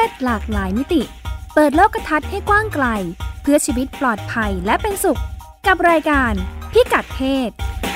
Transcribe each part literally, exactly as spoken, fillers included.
ศหลากหลายมิติเปิดโลกทัศน์ให้กว้างไกลเพื่อชีวิตปลอดภัยและเป็นสุขกับรายการพิกัดเพศ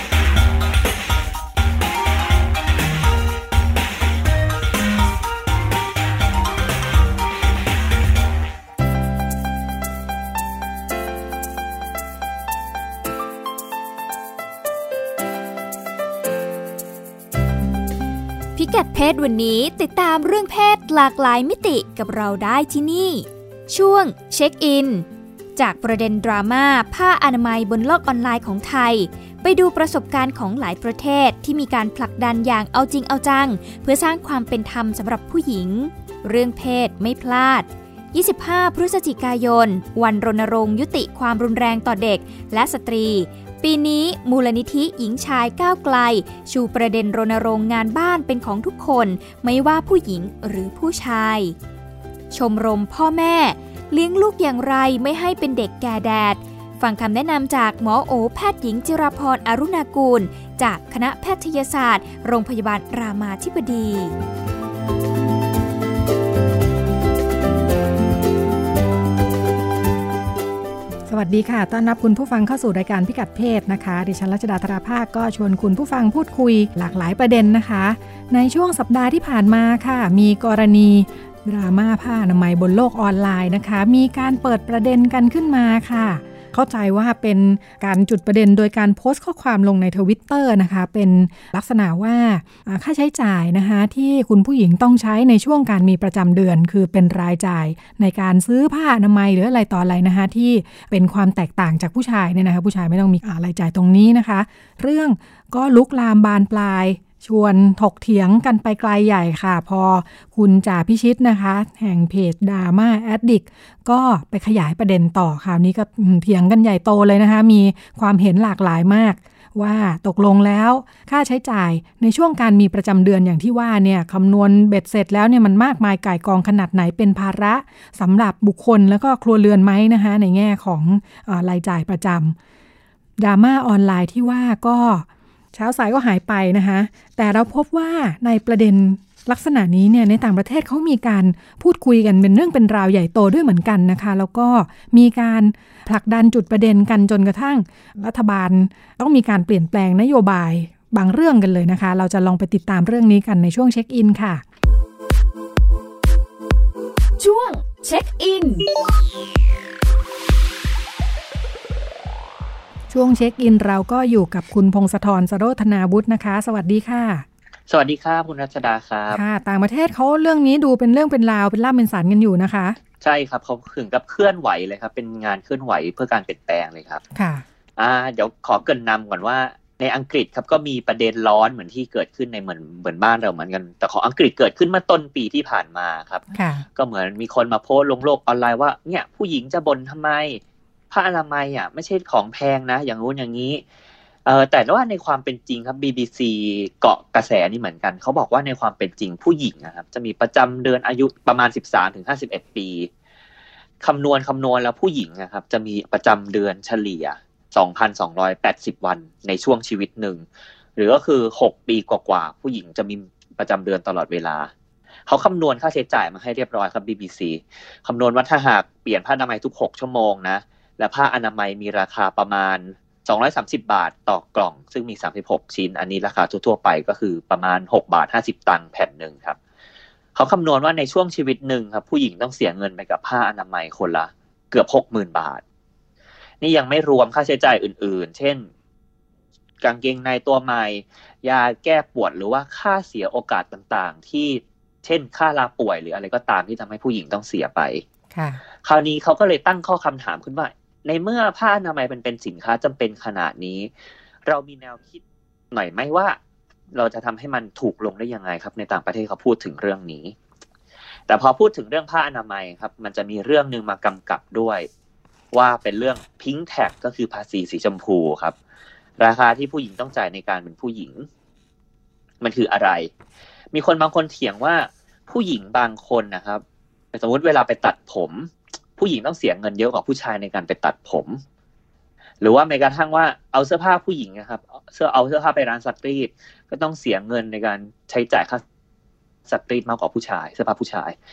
พิกัดเพศวันนี้ติดตามเรื่องเพศหลากหลายมิติกับเราได้ที่นี่ช่วงเช็คอินจากประเด็นดราม่าผ้าอนามัยบนโลกออนไลน์ของไทยไปดูประสบการณ์ของหลายประเทศที่มีการผลักดันอย่างเอาจริงเอาจังเพื่อสร้างความเป็นธรรมสำหรับผู้หญิงเรื่องเพศไม่พลาดยี่สิบห้าพฤศจิกายนวันรณรงค์ยุติความรุนแรงต่อเด็กและสตรีปีนี้มูลนิธิหญิงชายก้าวไกลชูประเด็นรณรงค์งานบ้านเป็นของทุกคนไม่ว่าผู้หญิงหรือผู้ชายชมรมพ่อแม่เลี้ยงลูกอย่างไรไม่ให้เป็นเด็กแก่แดดฟังคำแนะนำจากหมอโอแพทย์หญิงจิราพรอรุณากูลจากคณะแพทยศาสตร์โรงพยาบาลรามาธิบดีสวัสดีค่ะต้อนรับคุณผู้ฟังเข้าสู่รายการพิกัดเพศนะคะดิฉันรัชดาธราภาคก็ชวนคุณผู้ฟังพูดคุยหลากหลายประเด็นนะคะในช่วงสัปดาห์ที่ผ่านมาค่ะมีกรณีดราม่าผ้าอนามัยบนโลกออนไลน์นะคะมีการเปิดประเด็นกันขึ้นมาค่ะเข้าใจว่าเป็นการจุดประเด็นโดยการโพสต์ข้อความลงใน Twitter นะคะเป็นลักษณะว่าค่าใช้จ่ายนะคะที่คุณผู้หญิงต้องใช้ในช่วงการมีประจำเดือนคือเป็นรายจ่ายในการซื้อผ้าอนามัยหรืออะไรต่ออะไรนะคะที่เป็นความแตกต่างจากผู้ชายเนี่ยนะคะผู้ชายไม่ต้องมีรายจ่ายตรงนี้นะคะเรื่องก็ลุกลามบานปลายชวนถกเถียงกันไปไกลใหญ่ค่ะพอคุณจ่าพิชิตนะคะแห่งเพจดราม่าแอดดิกก็ไปขยายประเด็นต่อคราวนี้ก็เถียงกันใหญ่โตเลยนะคะมีความเห็นหลากหลายมากว่าตกลงแล้วค่าใช้จ่ายในช่วงการมีประจำเดือนอย่างที่ว่าเนี่ยคำนวณเบ็ดเสร็จแล้วเนี่ยมันมากมายก่ายกองขนาดไหนเป็นภาระสำหรับบุคคลแล้วก็ครัวเรือนไหมนะคะในแง่ของเอ่อรายจ่ายประจำดราม่าออนไลน์ที่ว่าก็เช้าสายก็หายไปนะคะแต่เราพบว่าในประเด็นลักษณะนี้เนี่ยในต่างประเทศเขามีการพูดคุยกันเป็นเรื่องเป็นราวใหญ่โตด้วยเหมือนกันนะคะแล้วก็มีการผลักดันจุดประเด็นกันจนกระทั่งรัฐบาลต้องมีการเปลี่ยนแปลงนโยบายบางเรื่องกันเลยนะคะเราจะลองไปติดตามเรื่องนี้กันในช่วงเช็คอินค่ะช่วงเช็คอินช่วงเช็คอินเราก็อยู่กับคุณพงศธร สโรธนาวุฒินะคะสวัสดีค่ะสวัสดีครับคุณรัชดาครับค่ะต่างประเทศเขาเรื่องนี้ดูเป็นเรื่องเป็นราวเป็นล่ามเป็นสันกันอยู่นะคะใช่ครับเขาถึงกับเคลื่อนไหวเลยครับเป็นงานเคลื่อนไหวเพื่อการเปลี่ยนแปลงเลยครับค่ะอ่าเดี๋ยวขอเกริ่นนำก่อนว่าในอังกฤษครับก็มีประเด็นร้อนเหมือนที่เกิดขึ้นในเหมือนเหมือนบ้านเราเหมือนกันแต่ของอังกฤษเกิดขึ้นเมื่อต้นปีที่ผ่านมาครับก็เหมือนมีคนมาโพสต์ลงโลกออนไลน์ว่าเนี่ยผู้หญิงจะบ่นทำไมผ้าอนามัยอ่ะไม่ใช่ของแพงนะอย่างงู้นอย่างนี้เอ่อแต่ว่าในความเป็นจริงครับ บี บี ซี เกาะกระแสนี่เหมือนกันเขาบอกว่าในความเป็นจริงผู้หญิงนะครับจะมีประจำเดือนอายุประมาณ สิบสามถึงห้าสิบเอ็ด ปีคำนวณคำนวณแล้วผู้หญิงนะครับจะมีประจำเดือนเฉลี่ย สองพันสองร้อยแปดสิบ วันในช่วงชีวิตหนึ่งหรือก็คือหกปีกว่าๆผู้หญิงจะมีประจำเดือนตลอดเวลาเขาคำนวณค่าใช้จ่ายมาให้เรียบร้อยครับ บี บี ซี คำนวณว่าถ้าหากเปลี่ยนผ้าอนามัยทุกหกชั่วโมงนะและผ้าอนามัยมีราคาประมาณสองร้อยสามสิบบาทต่อกล่องซึ่งมีสามสิบหกชิ้นอันนี้ราคาทั่วๆไปก็คือประมาณหกบาทห้าสิบตังค์แผ่นหนึ่งครับเขาคำนวณว่าในช่วงชีวิตหนึ่งครับผู้หญิงต้องเสียเงินไปกับผ้าอนามัยคนละเกือบ หกหมื่น บาทนี่ยังไม่รวมค่าใช้จ่ายอื่นๆเช่นกางเกงในตัวใหม่ยาแก้ปวดหรือว่าค่าเสียโอกาสต่างๆที่เช่นค่าลาป่วยหรืออะไรก็ตามที่ทำให้ผู้หญิงต้องเสียไปค่ะคราวนี้เขาก็เลยตั้งข้อคำถามขึ้นว่าในเมื่อผ้าอนามัยมันเป็นสินค้าจำเป็นขนาดนี้เรามีแนวคิดหน่อยไหมว่าเราจะทำให้มันถูกลงได้ยังไงครับในต่างประเทศเขาพูดถึงเรื่องนี้แต่พอพูดถึงเรื่องผ้าอนามัยครับมันจะมีเรื่องนึงมากำกับด้วยว่าเป็นเรื่อง Pink Tax ก็คือภาษีสีชมพูครับราคาที่ผู้หญิงต้องจ่ายในการเป็นผู้หญิงมันคืออะไรมีคนบางคนเถียงว่าผู้หญิงบางคนนะครับสมมติเวลาไปตัดผมผู้หญิงต้องเสียเงินเยอะกว่าผู้ชายในการไปตัดผมหรือว่าแม้กระทั่งว่าเอาเสื้อผ้าผู้หญิงนะครับเสื้อเอาเสื้อผ้าไปร้านซักรีดก็ต้องเสียเงินในการใช้จ่ายค่าซักรีดมากกว่าผู้ชายเสื้อผ้าผู้ชาย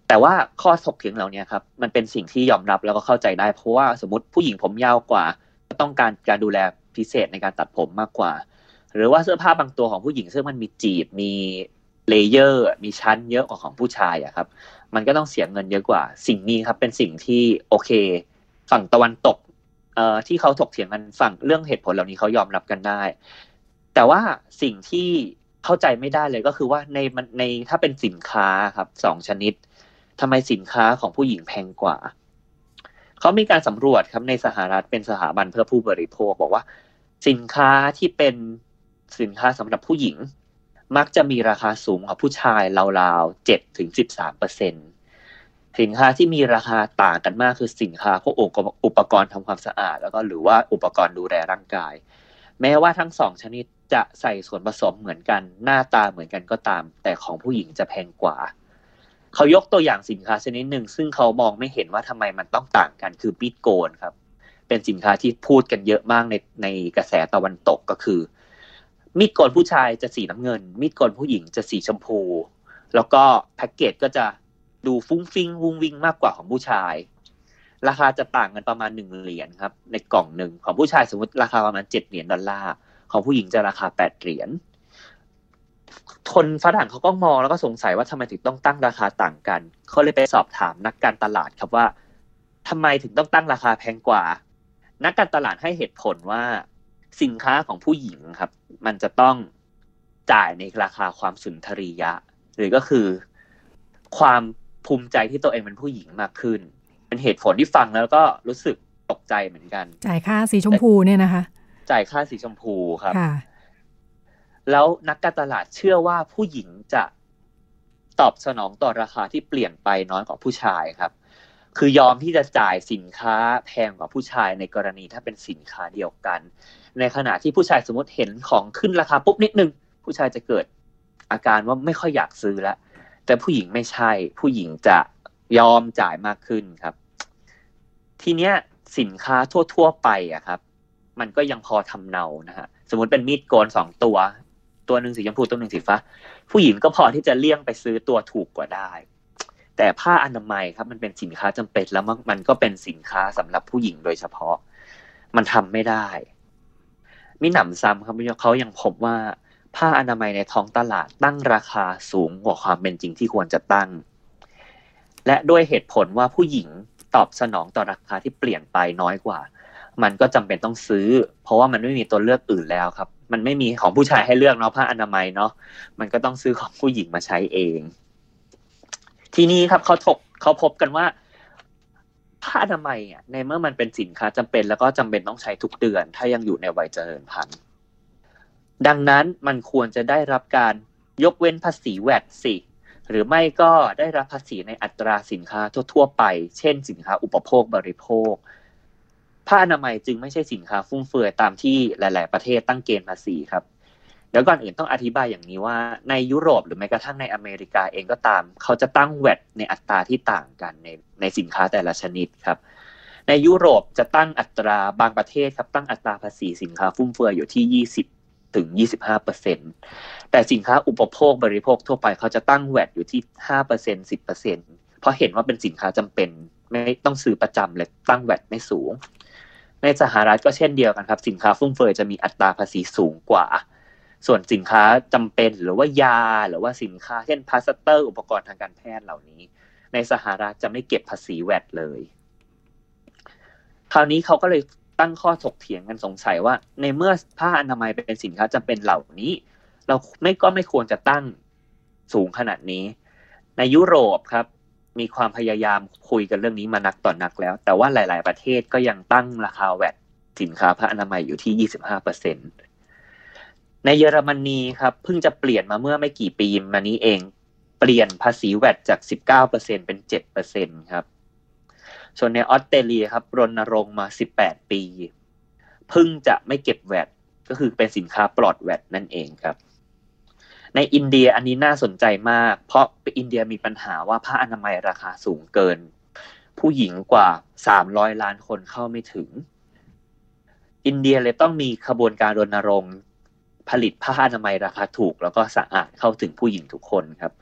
แต่ว่าข้อถกเถียงเหล่านี้ครับมันเป็นสิ่งที่ยอมรับแล้วก็เข้าใจได้เพราะว่าสมมติผู้หญิงผมยาวกว่าก็ต้องการการดูแลพิเศษในการตัดผมมากกว่าหรือว่าเสื้อผ้าบางตัวของผู้หญิงซึ่งมันมีจีบมีเลเยอร์มีชั้นเยอะกว่าของผู้ชายอะครับมันก็ต้องเสียเงินเยอะกว่าสิ่งนี้ครับเป็นสิ่งที่โอเคฝั่งตะวันตกเอ่อที่เขาถกเถียงกันฝั่งเรื่องเหตุผลเหล่านี้เขายอมรับกันได้แต่ว่าสิ่งที่เข้าใจไม่ได้เลยก็คือว่าในในถ้าเป็นสินค้าครับสองชนิดทำไมสินค้าของผู้หญิงแพงกว่าเขามีการสำรวจครับในสหรัฐเป็นสถาบันเพื่อผู้บริโภคบอกว่าสินค้าที่เป็นสินค้าสำหรับผู้หญิงมักจะมีราคาสูงกว่าผู้ชายราวๆ เจ็ดถึงสิบสามเปอร์เซ็นต์ สินค้าที่มีราคาต่างกันมากคือสินค้าพวกอุปกรณ์ทำความสะอาดแล้วก็หรือว่าอุปกรณ์ดูแลร่างกายแม้ว่าทั้งสองชนิดจะใส่ส่วนผสมเหมือนกันหน้าตาเหมือนกันก็ตามแต่ของผู้หญิงจะแพงกว่าเขายกตัวอย่างสินค้าชนิดหนึ่งซึ่งเขามองไม่เห็นว่าทำไมมันต้องต่างกันคือมีดโกนครับเป็นสินค้าที่พูดกันเยอะมากในในกระแสตะวันตกก็คือมีดโกนผู้ชายจะสีน้ำเงินมีดโกนผู้หญิงจะสีชมพูแล้วก็แพ็กเกจก็จะดูฟุ้งฟิ้งวุ้งวิ้งมากกว่าของผู้ชายราคาจะต่างกันประมาณหนึ่งเหรียญครับในกล่องหนึ่งของผู้ชายสมมติราคาประมาณเจ็ดเหรียญดอลลาร์ของผู้หญิงจะราคาแปดเหรียญคนฝรั่งเขาก็มองแล้วก็สงสัยว่าทำไมถึงต้องตั้งราคาต่างกันเขาเลยไปสอบถามนักการตลาดครับว่าทำไมถึงต้องตั้งราคาแพงกว่านักการตลาดให้เหตุผลว่าสินค้าของผู้หญิงครับมันจะต้องจ่ายในราคาความสุนทรียะหรือก็คือความภูมิใจที่ตัวเองเป็นผู้หญิงมากขึ้นเป็นเหตุผลที่ฟังแล้วก็รู้สึกตกใจเหมือนกันจ่ายค่าสีชมพูเนี่ยนะคะจ่ายค่าสีชมพูครับแล้วนักการตลาดเชื่อว่าผู้หญิงจะตอบสนองต่อราคาที่เปลี่ยนไปน้อยกว่าผู้ชายครับคือยอมที่จะจ่ายสินค้าแพงกว่าผู้ชายในกรณีถ้าเป็นสินค้าเดียวกันในขณะที่ผู้ชายสมมติเห็นของขึ้นราคาปุ๊บนิดนึงผู้ชายจะเกิดอาการว่าไม่ค่อยอยากซื้อแล้วแต่ผู้หญิงไม่ใช่ผู้หญิงจะยอมจ่ายมากขึ้นครับทีเนี้ยสินค้าทั่วๆไปอะครับมันก็ยังพอทำเนานะฮะสมมติเป็นมีดโกนสองตัวตัวนึงสีชมพูตัวนึงสีฟ้าผู้หญิงก็พอที่จะเลี่ยงไปซื้อตัวถูกกว่าได้แต่ผ้าอนามัยครับมันเป็นสินค้าจำเป็นแล้วมันก็เป็นสินค้าสำหรับผู้หญิงโดยเฉพาะมันทำไม่ได้มิหนำซ้ำครับเขายังพบว่าผ้าอนามัยในท้องตลาดตั้งราคาสูงกว่าความเป็นจริงที่ควรจะตั้งและด้วยเหตุผลว่าผู้หญิงตอบสนองต่อราคาที่เปลี่ยนไปน้อยกว่ามันก็จำเป็นต้องซื้อเพราะว่ามันไม่มีตัวเลือกอื่นแล้วครับมันไม่มีของผู้ชายให้เลือกเนาะผ้าอนามัยเนาะมันก็ต้องซื้อของผู้หญิงมาใช้เองทีนี้ครับเขาถกเขาพบกันว่าผ้าอนามัยอ่ะในเมื่อมันเป็นสินค้าจำเป็นแล้วก็จำเป็นต้องใช้ทุกเดือนถ้ายังอยู่ในวัยเจริญพันธุ์ดังนั้นมันควรจะได้รับการยกเว้นภาษีแวตสิหรือไม่ก็ได้รับภาษีในอัตราสินค้าทั่วๆไปเช่นสินค้าอุปโภคบริโภคผ้าอนามัยจึงไม่ใช่สินค้าฟุ่มเฟือยตามที่หลายๆประเทศตั้งเกณฑ์ภาษีครับเดี๋ยวก่อนอื่นต้องอธิบายอย่างนี้ว่าในยุโรปหรือแม้กระทั่งในอเมริกาเองก็ตามเขาจะตั้งแวตในอัตราที่ต่างกันในในสินค้าแต่ละชนิดครับในยุโรปจะตั้งอัตราบางประเทศครับตั้งอัตราภาษีสินค้าฟุ่มเฟือยอยู่ที่ยี่สิบถึง ยี่สิบห้าเปอร์เซ็นต์ แต่สินค้าอุปโภคบริโภคทั่วไปเขาจะตั้งแวตอยู่ที่ ห้าเปอร์เซ็นต์ สิบเปอร์เซ็นต์ เพราะเห็นว่าเป็นสินค้าจำเป็นไม่ต้องซื้อประจำเลยตั้งแวตไม่สูงในสหรัฐก็เช่นเดียวกันครับสินค้าฟุ่มเฟือยจะมีอัตราภาษีสูงกว่าส่วนสินค้าจำเป็นหรือว่ายาหรือว่าสินค้าเช่นพลาสเตอร์อุปกรณ์ทางการแพทย์เหล่านี้ในสหรัฐจะไม่เก็บภาษีแวตเลยคราวนี้เขาก็เลยตั้งข้อถกเถียงกันสงสัยว่าในเมื่อผ้าอนามัยเป็นสินค้าจำเป็นเหล่านี้เราไม่ก็ไม่ควรจะตั้งสูงขนาดนี้ในยุโรปครับมีความพยายามคุยกันเรื่องนี้มานักต่อนักแล้วแต่ว่าหลายๆประเทศก็ยังตั้งราคาแวตสินค้าผ้าอนามัยอยู่ที่ ยี่สิบห้าเปอร์เซ็นต์ ในเยอรมนีครับเพิ่งจะเปลี่ยนมาเมื่อไม่กี่ปีมานี้เองเปลี่ยนภาษีแวตจาก สิบเก้าเปอร์เซ็นต์ เป็น เจ็ดเปอร์เซ็นต์ ครับส่วนในออสเตรเลียครับรณรงค์มาสิบแปดปีเพิ่งจะไม่เก็บแวตก็คือเป็นสินค้าปลอดแวตนั่นเองครับในอินเดียอันนี้น่าสนใจมากเพราะอินเดียมีปัญหาว่าผ้าอนามัยราคาสูงเกินผู้หญิงกว่าสามร้อยล้านคนเข้าไม่ถึงอินเดียเลยต้องมีขบวนการรณรงค์ผลิตผ้าอนามัยราคาถูกแล้วก็สะอาดเข้าถึงผู้หญิงทุกคนครับ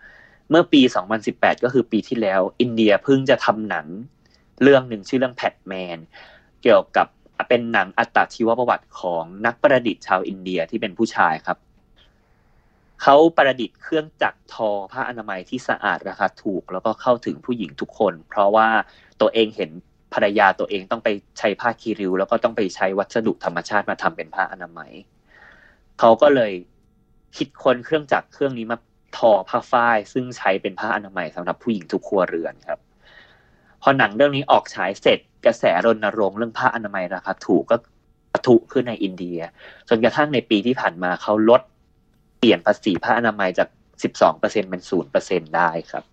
เมื่อปีสองพันสิบแปดก็คือปีที่แล้วอินเดียเพิ่งจะทำหนังเรื่องหนึ่งชื่อเรื่องแพทแมนเกี่ยวกับเป็นหนังอัตชีวประวัติของนักประดิษฐ์ชาวอินเดียที่เป็นผู้ชายครับเขาประดิษฐ์เครื่องจักรทอผ้าอนามัยที่สะอาดราคาถูกแล้วก็เข้าถึงผู้หญิงทุกคนเพราะว่าตัวเองเห็นภรรยาตัวเองต้องไปใช้ผ้าคีริ้วแล้วก็ต้องไปใช้วัสดุธรรมชาติมาทำเป็นผ้าอนามัยเขาก็เลยคิดค้นเครื่องจักรเครื่องนี้มาทอผ้าฝ้ายซึ่งใช้เป็นผ้าอนามัยสำหรับผู้หญิงทุกครัวเรือนครับพอหนังเรื่องนี้ออกฉายเสร็จกระแสรณรงค์เรื่องผ้าอนามัยราคาถูกก็ปะทุขึ้นในอินเดียจนกระทั่งในปีที่ผ่านมาเขาลดเปลี่ยนภาษีผ้าอนามัยจาก สิบสองเปอร์เซ็นต์ เป็น ศูนย์เปอร์เซ็นต์ ได้ครับ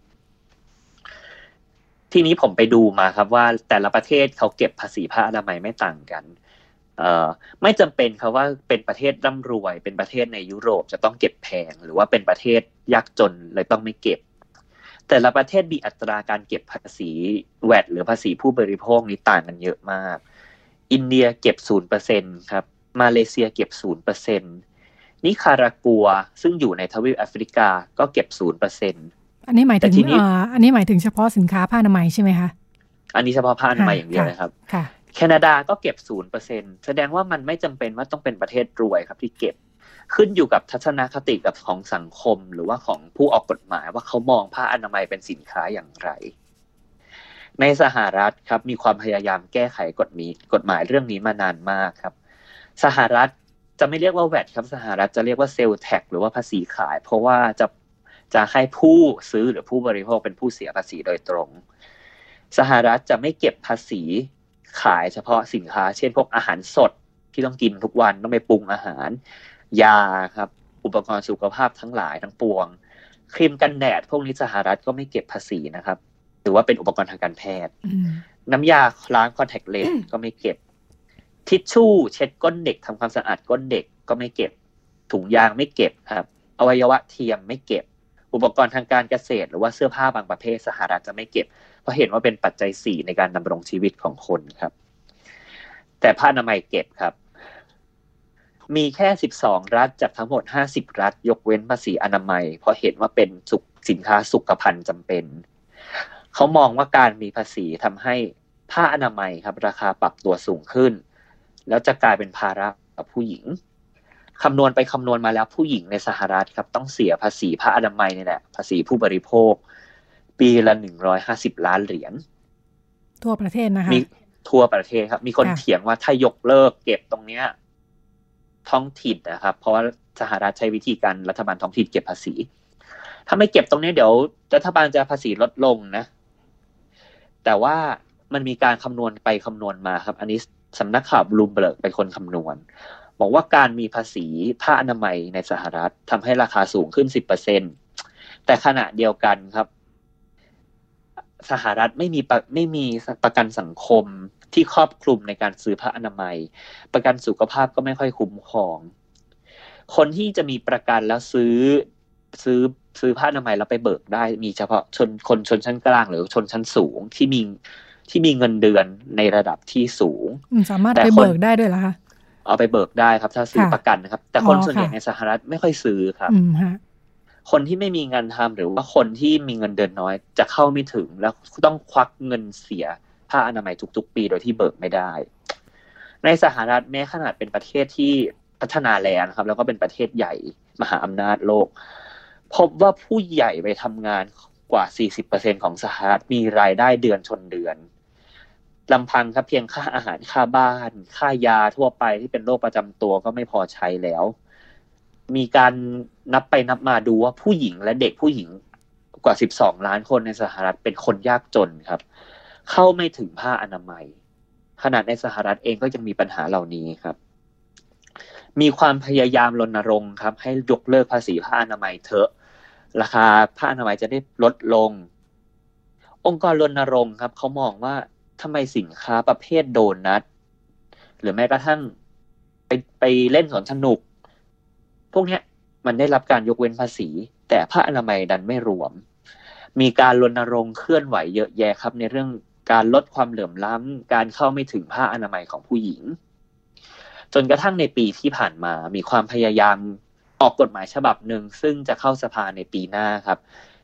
ทีนี้ผมไปดูมาครับว่าแต่ละประเทศเขาเก็บภาษีผ้าอนามัยไม่ต่างกันเอ่อไม่จำเป็นครับว่าเป็นประเทศร่ำรวยเป็นประเทศในยุโรปจะต้องเก็บแพงหรือว่าเป็นประเทศยากจนเลยต้องไม่เก็บแต่ละประเทศมีอัตราการเก็บภาษี แวต หรือภาษีผู้บริโภคนี้ต่างกันเยอะมากอินเดียเก็บ ศูนย์เปอร์เซ็นต์ ครับมาเลเซียเก็บ ศูนย์เปอร์เซ็นต์ นิคารากัวซึ่งอยู่ในทวีปแอฟริกาก็เก็บ ศูนย์เปอร์เซ็นต์อันนี้หมายถึงอ่าอันนี้หมายถึงเฉพาะสินค้าผ้าอนามัยใช่ไหมคะอันนี้เฉพาะผ้าอนามัยอย่างเดียวเลยครับค่ะแคนาดาก็เก็บ ศูนย์เปอร์เซ็นต์ แสดงว่ามันไม่จำเป็นว่าต้องเป็นประเทศรวยครับที่เก็บขึ้นอยู่กับทัศนคติกับของสังคมหรือว่าของผู้ออกกฎหมายว่าเขามองผ้าอนามัยเป็นสินค้าอย่างไรในสหรัฐครับมีความพยายามแก้ไขกฎมีกฎหมายเรื่องนี้มานานมากครับสหรัฐจะไม่เรียกว่า แวต ครับสหรัฐจะเรียกว่าเซลล์แท็กหรือว่าภาษีขายเพราะว่าจะจะให้ผู้ซื้อหรือผู้บริโภคเป็นผู้เสียภาษีโดยตรงสหรัฐจะไม่เก็บภาษีขายเฉพาะสินค้าเช่นพวกอาหารสดที่ต้องกินทุกวันต้องไปปรุงอาหารยาครับอุปกรณ์สุขภาพทั้งหลายทั้งปวงครีมกันแดดพวกนี้สหรัฐก็ไม่เก็บภาษีนะครับหรือว่าเป็นอุปกรณ์ทางการแพทย์น้ำยาล้างคอนแทคเลนส์ก็ไม่เก็บทิชชู่เช็ดก้นเด็กทำความสะอาดก้นเด็กก็ไม่เก็บถุงยางไม่เก็บครับอวัยวะเทียมไม่เก็บอุปกรณ์ทางการเกษตรหรือว่าเสื้อผ้าบางประเภทสหรัฐจะไม่เก็บเพราะเห็นว่าเป็นปัจจัยสี่ในการดำรงชีวิตของคนครับแต่ผ้าอนามัยเก็บครับมีแค่สิบสองรัฐจากทั้งหมดห้าสิบรัฐยกเว้นภาษีอนามัยเพราะเห็นว่าเป็นสินค้าสุขภัณฑ์จำเป็นเขามองว่าการมีภาษีทำให้ผ้าอนามัยครับราคาปรับตัวสูงขึ้นแล้วจะกลายเป็นภาระกับผู้หญิงคำนวณไปคำนวณมาแล้วผู้หญิงในสหรัฐครับต้องเสียภาษีผ้าอนามัยนี่แหละภาษีผู้บริโภคปีละหนึ่งร้อยห้าสิบล้านเหรียญทั่วประเทศนะคะมีทั่วประเทศครับมีคนเถียงว่าถ้ายกเลิกเก็บตรงเนี้ยท้องถิ่นนะครับเพราะว่าสหรัฐใช้วิธีการรัฐบาลท้องถิ่นเก็บภาษีถ้าไม่เก็บตรงนี้เดี๋ยวรัฐบาลจะภาษีลดลงนะแต่ว่ามันมีการคำนวณไปคำนวณมาครับอันนี้สำนักข่าวบลูมเบิร์กเป็นคนคำนวณบอกว่าการมีภาษีผ้าอนามัยในสหรัฐทำให้ราคาสูงขึ้น สิบเปอร์เซ็นต์ แต่ขณะเดียวกันครับสหรัฐไม่มีไม่มีประกันสังคมที่ครอบคลุมในการซื้อผ้าอนามัยประกันสุขภาพก็ไม่ค่อยคุ้มครองคนที่จะมีประกันแล้วซื้อซื้อซื้อผ้าอนามัยแล้วไปเบิกได้มีเฉพาะชนคนชนชั้นกลางหรือชนชั้นสูงที่มีที่มีเงินเดือนในระดับที่สูงสามารถไปเบิกได้ด้วยเหรอคะเอาไปเบิกได้ครับถ้าซื้อประกันนะครับแต่คนส่วนใหญ่ในสหรัฐไม่ค่อยซื้อครับคนที่ไม่มีงานทำหรือว่าคนที่มีเงินเดือนน้อยจะเข้าไม่ถึงแล้วต้องควักเงินเสียผ้าอนามัยทุกๆปีโดยที่เบิกไม่ได้ในสหรัฐแม้ขนาดเป็นประเทศที่พัฒนาแล้วนะครับแล้วก็เป็นประเทศใหญ่มหาอำนาจโลกพบว่าผู้ใหญ่ไปทำงานกว่า สี่สิบเปอร์เซ็นต์ ของสหรัฐมีรายได้เดือนชนเดือนลำพังครับเพียงค่าอาหารค่าบ้านค่ายาทั่วไปที่เป็นโรคประจำตัวก็ไม่พอใช้แล้วมีการนับไปนับมาดูว่าผู้หญิงและเด็กผู้หญิงกว่าสิบสองล้านคนในสหรัฐเป็นคนยากจนครับเข้าไม่ถึงผ้าอนามัยขนาดในสหรัฐเองก็ยังมีปัญหาเหล่านี้ครับมีความพยายามรณรงค์ครับให้ยกเลิกภาษีผ้าอนามัยเถอะราคาผ้าอนามัยจะได้ลดลงองค์กรรณรงค์ครับเขามองว่าทำไมสินค้าประเภทโดนัทหรือแม้กระทั่งไปไปเล่นสวนสนุกพวกนี้มันได้รับการยกเว้นภาษีแต่ผ้าอนามัยดันไม่รวมมีการรณรงค์เคลื่อนไหวเยอะแยะครับในเรื่องการลดความเหลื่อมล้ำการเข้าไม่ถึงผ้าอนามัยของผู้หญิงจนกระทั่งในปีที่ผ่านมามีความพยายามออกกฎหมายฉบับหนึ่งซึ่งจะเข้าสภาในปีหน้าครับ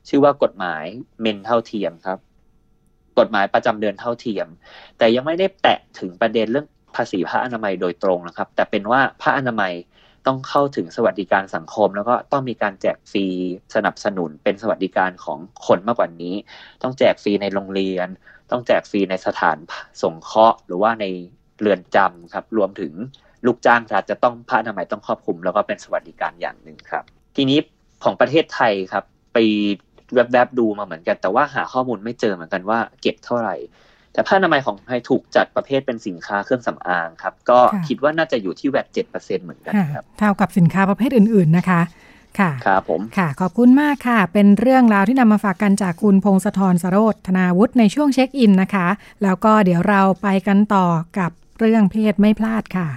ชื่อว่ากฎหมายเมนเท่าเทียมครับกฎหมายประจำเดือนเท่าเทียมแต่ยังไม่ได้แตะถึงประเด็นเรื่องภาษีผ้าอนามัยโดยตรงนะครับแต่เป็นว่าผ้าอนามัยต้องเข้าถึงสวัสดิการสังคมแล้วก็ต้องมีการแจกฟรีสนับสนุนเป็นสวัสดิการของคนมากกว่านี้ต้องแจกฟรีในโรงเรียนต้องแจกฟรีในสถานสงเคราะห์หรือว่าในเรือนจำครับรวมถึงลูกจ้างรัฐจะต้องผ้าอนามัยต้องครอบคลุมแล้วก็เป็นสวัสดิการอย่างหนึ่งครับทีนี้ของประเทศไทยครับไปแวบๆดูมาเหมือนกันแต่ว่าหาข้อมูลไม่เจอเหมือนกันว่าเก็บเท่าไหร่แต่ผ้าอนามัยของไทยถูกจัดประเภทเป็นสินค้าเครื่องสำอางครับก็คิดว่าน่าจะอยู่ที่ แวต เจ็ดเปอร์เซ็นต์ เหมือนกันครับเท่ากับสินค้าประเภทอื่นๆนะคะค่ะครับผมค่ะขอบคุณมากค่ะเป็นเรื่องราวที่นำมาฝากกันจากคุณพงศธร สโรธนาวุฒิในช่วงเช็คอินนะคะแล้วก็เดี๋ยวเราไปกันต่อกับเรื่องเพศไม่พลาดค่ะ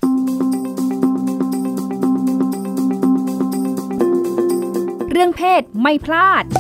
เรื่องเพศไม่พลาด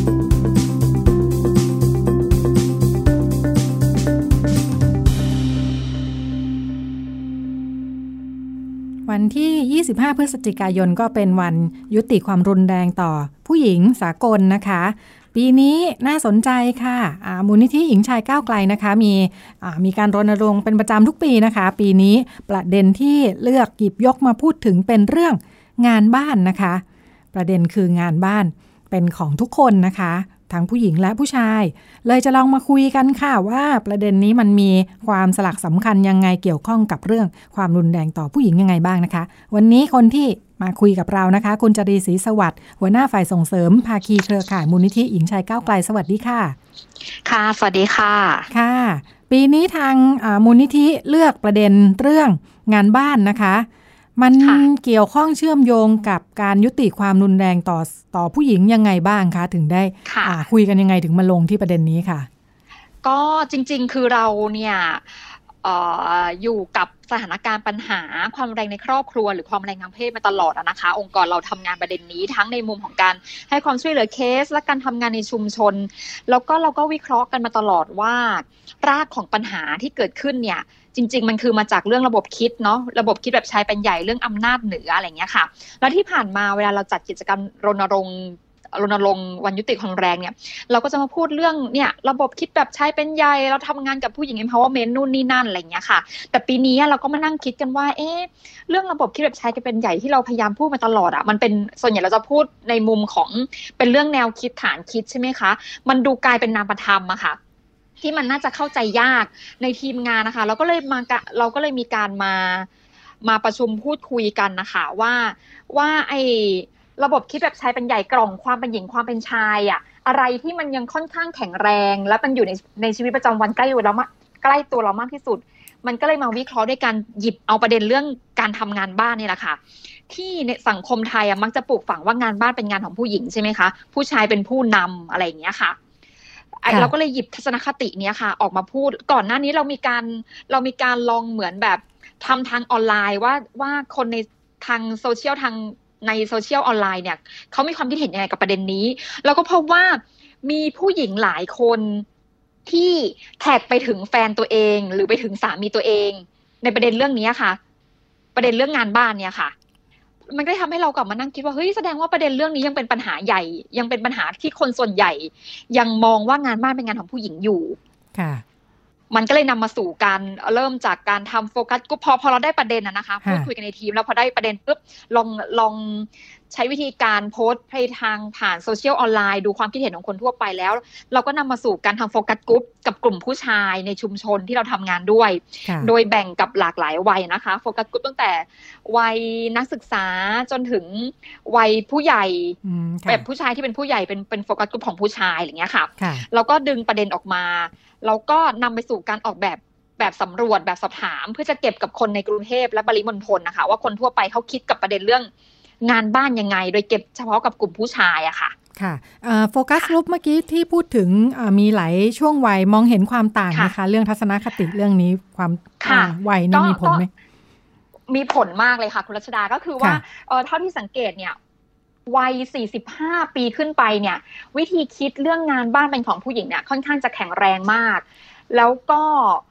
วันที่ยี่สิบห้าพฤศจิกายนก็เป็นวันยุติความรุนแรงต่อผู้หญิงสากลนะคะปีนี้น่าสนใจค่ะมูลนิธิหญิงชายก้าวไกลนะคะมีมีการรณรงค์เป็นประจำทุกปีนะคะปีนี้ประเด็นที่เลือกหยิบยกมาพูดถึงเป็นเรื่องงานบ้านนะคะประเด็นคืองานบ้านเป็นของทุกคนนะคะทั้งผู้หญิงและผู้ชายเลยจะลองมาคุยกันค่ะว่าประเด็นนี้มันมีความสลักสำคัญยังไงเกี่ยวข้องกับเรื่องความรุนแรงต่อผู้หญิงยังไงบ้างนะคะวันนี้คนที่มาคุยกับเรานะคะคุณจรีศรีสวัสดิ์หัวหน้าฝ่ายส่งเสริมภาคีเครือข่ายมูลนิธิหญิงชายก้าวไกลสวัสดีค่ะค่ะสวัสดีค่ะค่ะปีนี้ทางมูลนิธิเลือกประเด็นเรื่องงานบ้านนะคะมันเกี่ยวข้องเชื่อมโยงกับการยุติความรุนแรงต่อต่อผู้หญิงยังไงบ้างคะถึงได้คุยกันยังไงถึงมาลงที่ประเด็นนี้ค่ะก็จริงๆคือเราเนี่ยเอ่ออยู่กับสถานการณ์ปัญหาความแรงในครอบครัวหรือความแรงทางเพศมาตลอดนะคะองค์กรเราทำงานประเด็นนี้ทั้งในมุมของการให้ความช่วยเหลือเคสและการทำงานในชุมชนแล้วก็เราก็วิเคราะห์กันมาตลอดว่ารากของปัญหาที่เกิดขึ้นเนี่ยจริงๆมันคือมาจากเรื่องระบบคิดเนาะระบบคิดแบบชายเป็นใหญ่เรื่องอำนาจเหนืออะไรเงี้ยค่ะแล้วที่ผ่านมาเวลาเราจัดกิจกรรมรณรงค์รณรงค์วันยุติความแรงเนี่ยเราก็จะมาพูดเรื่องเนี่ยระบบคิดแบบชายเป็นใหญ่เราทำงานกับผู้หญิง empowerment นู่นนี่นั่นอะไรเงี้ยค่ะแต่ปีนี้เราก็มานั่งคิดกันว่าเอ๊ะเรื่องระบบคิดแบบชายเป็นใหญ่ที่เราพยายามพูดมาตลอดอ่ะมันเป็นส่วนใหญ่เราจะพูดในมุมของเป็นเรื่องแนวคิดฐานคิดใช่ไหมคะมันดูกลายเป็นนามธรรมอะค่ะที่มันน่าจะเข้าใจยากในทีมงานนะคะเราก็เลยมาเราก็เลยมีการมามาประชุมพูดคุยกันนะคะว่าว่าไอ้ระบบคิดแบบชายเป็นใหญ่กล่องความเป็นหญิงความเป็นชายอะอะไรที่มันยังค่อนข้างแข็งแรงและมันอยู่ในในชีวิตประจำวันใกล้ตัวเราใกล้ตัวเรามากที่สุดมันก็เลยมาวิเคราะห์ด้วยการหยิบเอาประเด็นเรื่องการทำงานบ้านนี่แหละค่ะที่ในสังคมไทยอะมักจะปลูกฝังว่างานบ้านเป็นงานของผู้หญิงใช่ไหมคะผู้ชายเป็นผู้นำอะไรอย่างเงี้ยค่ะเราก็เลยหยิบทัศนคตินี้ค่ะออกมาพูดก่อนหน้านี้เรามีการเรามีการลองเหมือนแบบทำทางออนไลน์ว่าว่าคนในทางโซเชียลทางในโซเชียลออนไลน์เนี่ยเขามีความคิดเห็นยังไงกับประเด็นนี้เราก็พบว่ามีผู้หญิงหลายคนที่แท็กไปถึงแฟนตัวเองหรือไปถึงสามีตัวเองในประเด็นเรื่องนี้ค่ะประเด็นเรื่องงานบ้านเนี่ยค่ะมันก็ทำให้เรากลับมานั่งคิดว่าเฮ้ยแสดงว่าประเด็นเรื่องนี้ยังเป็นปัญหาใหญ่ยังเป็นปัญหาที่คนส่วนใหญ่ยังมองว่างานบ้านเป็นงานของผู้หญิงอยู่ค่ะมันก็เลยนำมาสู่การเริ่มจากการทำโฟกัสกลุ่มพอพอเราได้ประเด็นนะนะคะพูดคุยกันในทีมแล้วพอได้ประเด็นปุ๊บลองลองใช้วิธีการโพสต์ไปทางผ่านโซเชียลออนไลน์ดูความคิดเห็นของคนทั่วไปแล้วเราก็นำมาสู่การทำโฟกัสกลุ่มกับกลุ่มผู้ชายในชุมชนที่เราทำงานด้วยโดยแบ่งกับหลากหลายวัยนะคะโฟกัสกลุ่มตั้งแต่วัยนักศึกษาจนถึงวัยผู้ใหญ่แบบผู้ชายที่เป็นผู้ใหญ่เป็นเป็นโฟกัสกลุ่มของผู้ชายอย่างเงี้ยค่ะแล้วก็ดึงประเด็นออกมาแล้วก็นำไปสู่การออกแบบแบบสำรวจแบบสอบถามเพื่อจะเก็บกับคนในกรุงเทพและปริมณฑลนะคะว่าคนทั่วไปเขาคิดกับประเด็นเรื่องงานบ้านยังไงโดยเก็บเฉพาะกับกลุ่มผู้ชายอะค่ะค่ะโฟกัสกลุ่มเมื่อกี้ที่พูดถึงมีหลายช่วงวัยมองเห็นความต่างนะคะเรื่องทัศนคติเรื่องนี้ความวัยนี่มีผลไหมมีผลมากเลยค่ะคุณรัชดาก็คือว่าเท่าที่สังเกตเนี่ยวัยสี่สิบห้าปีขึ้นไปเนี่ยวิธีคิดเรื่องงานบ้านเป็นของผู้หญิงเนี่ยค่อนข้างจะแข็งแรงมากแล้วก็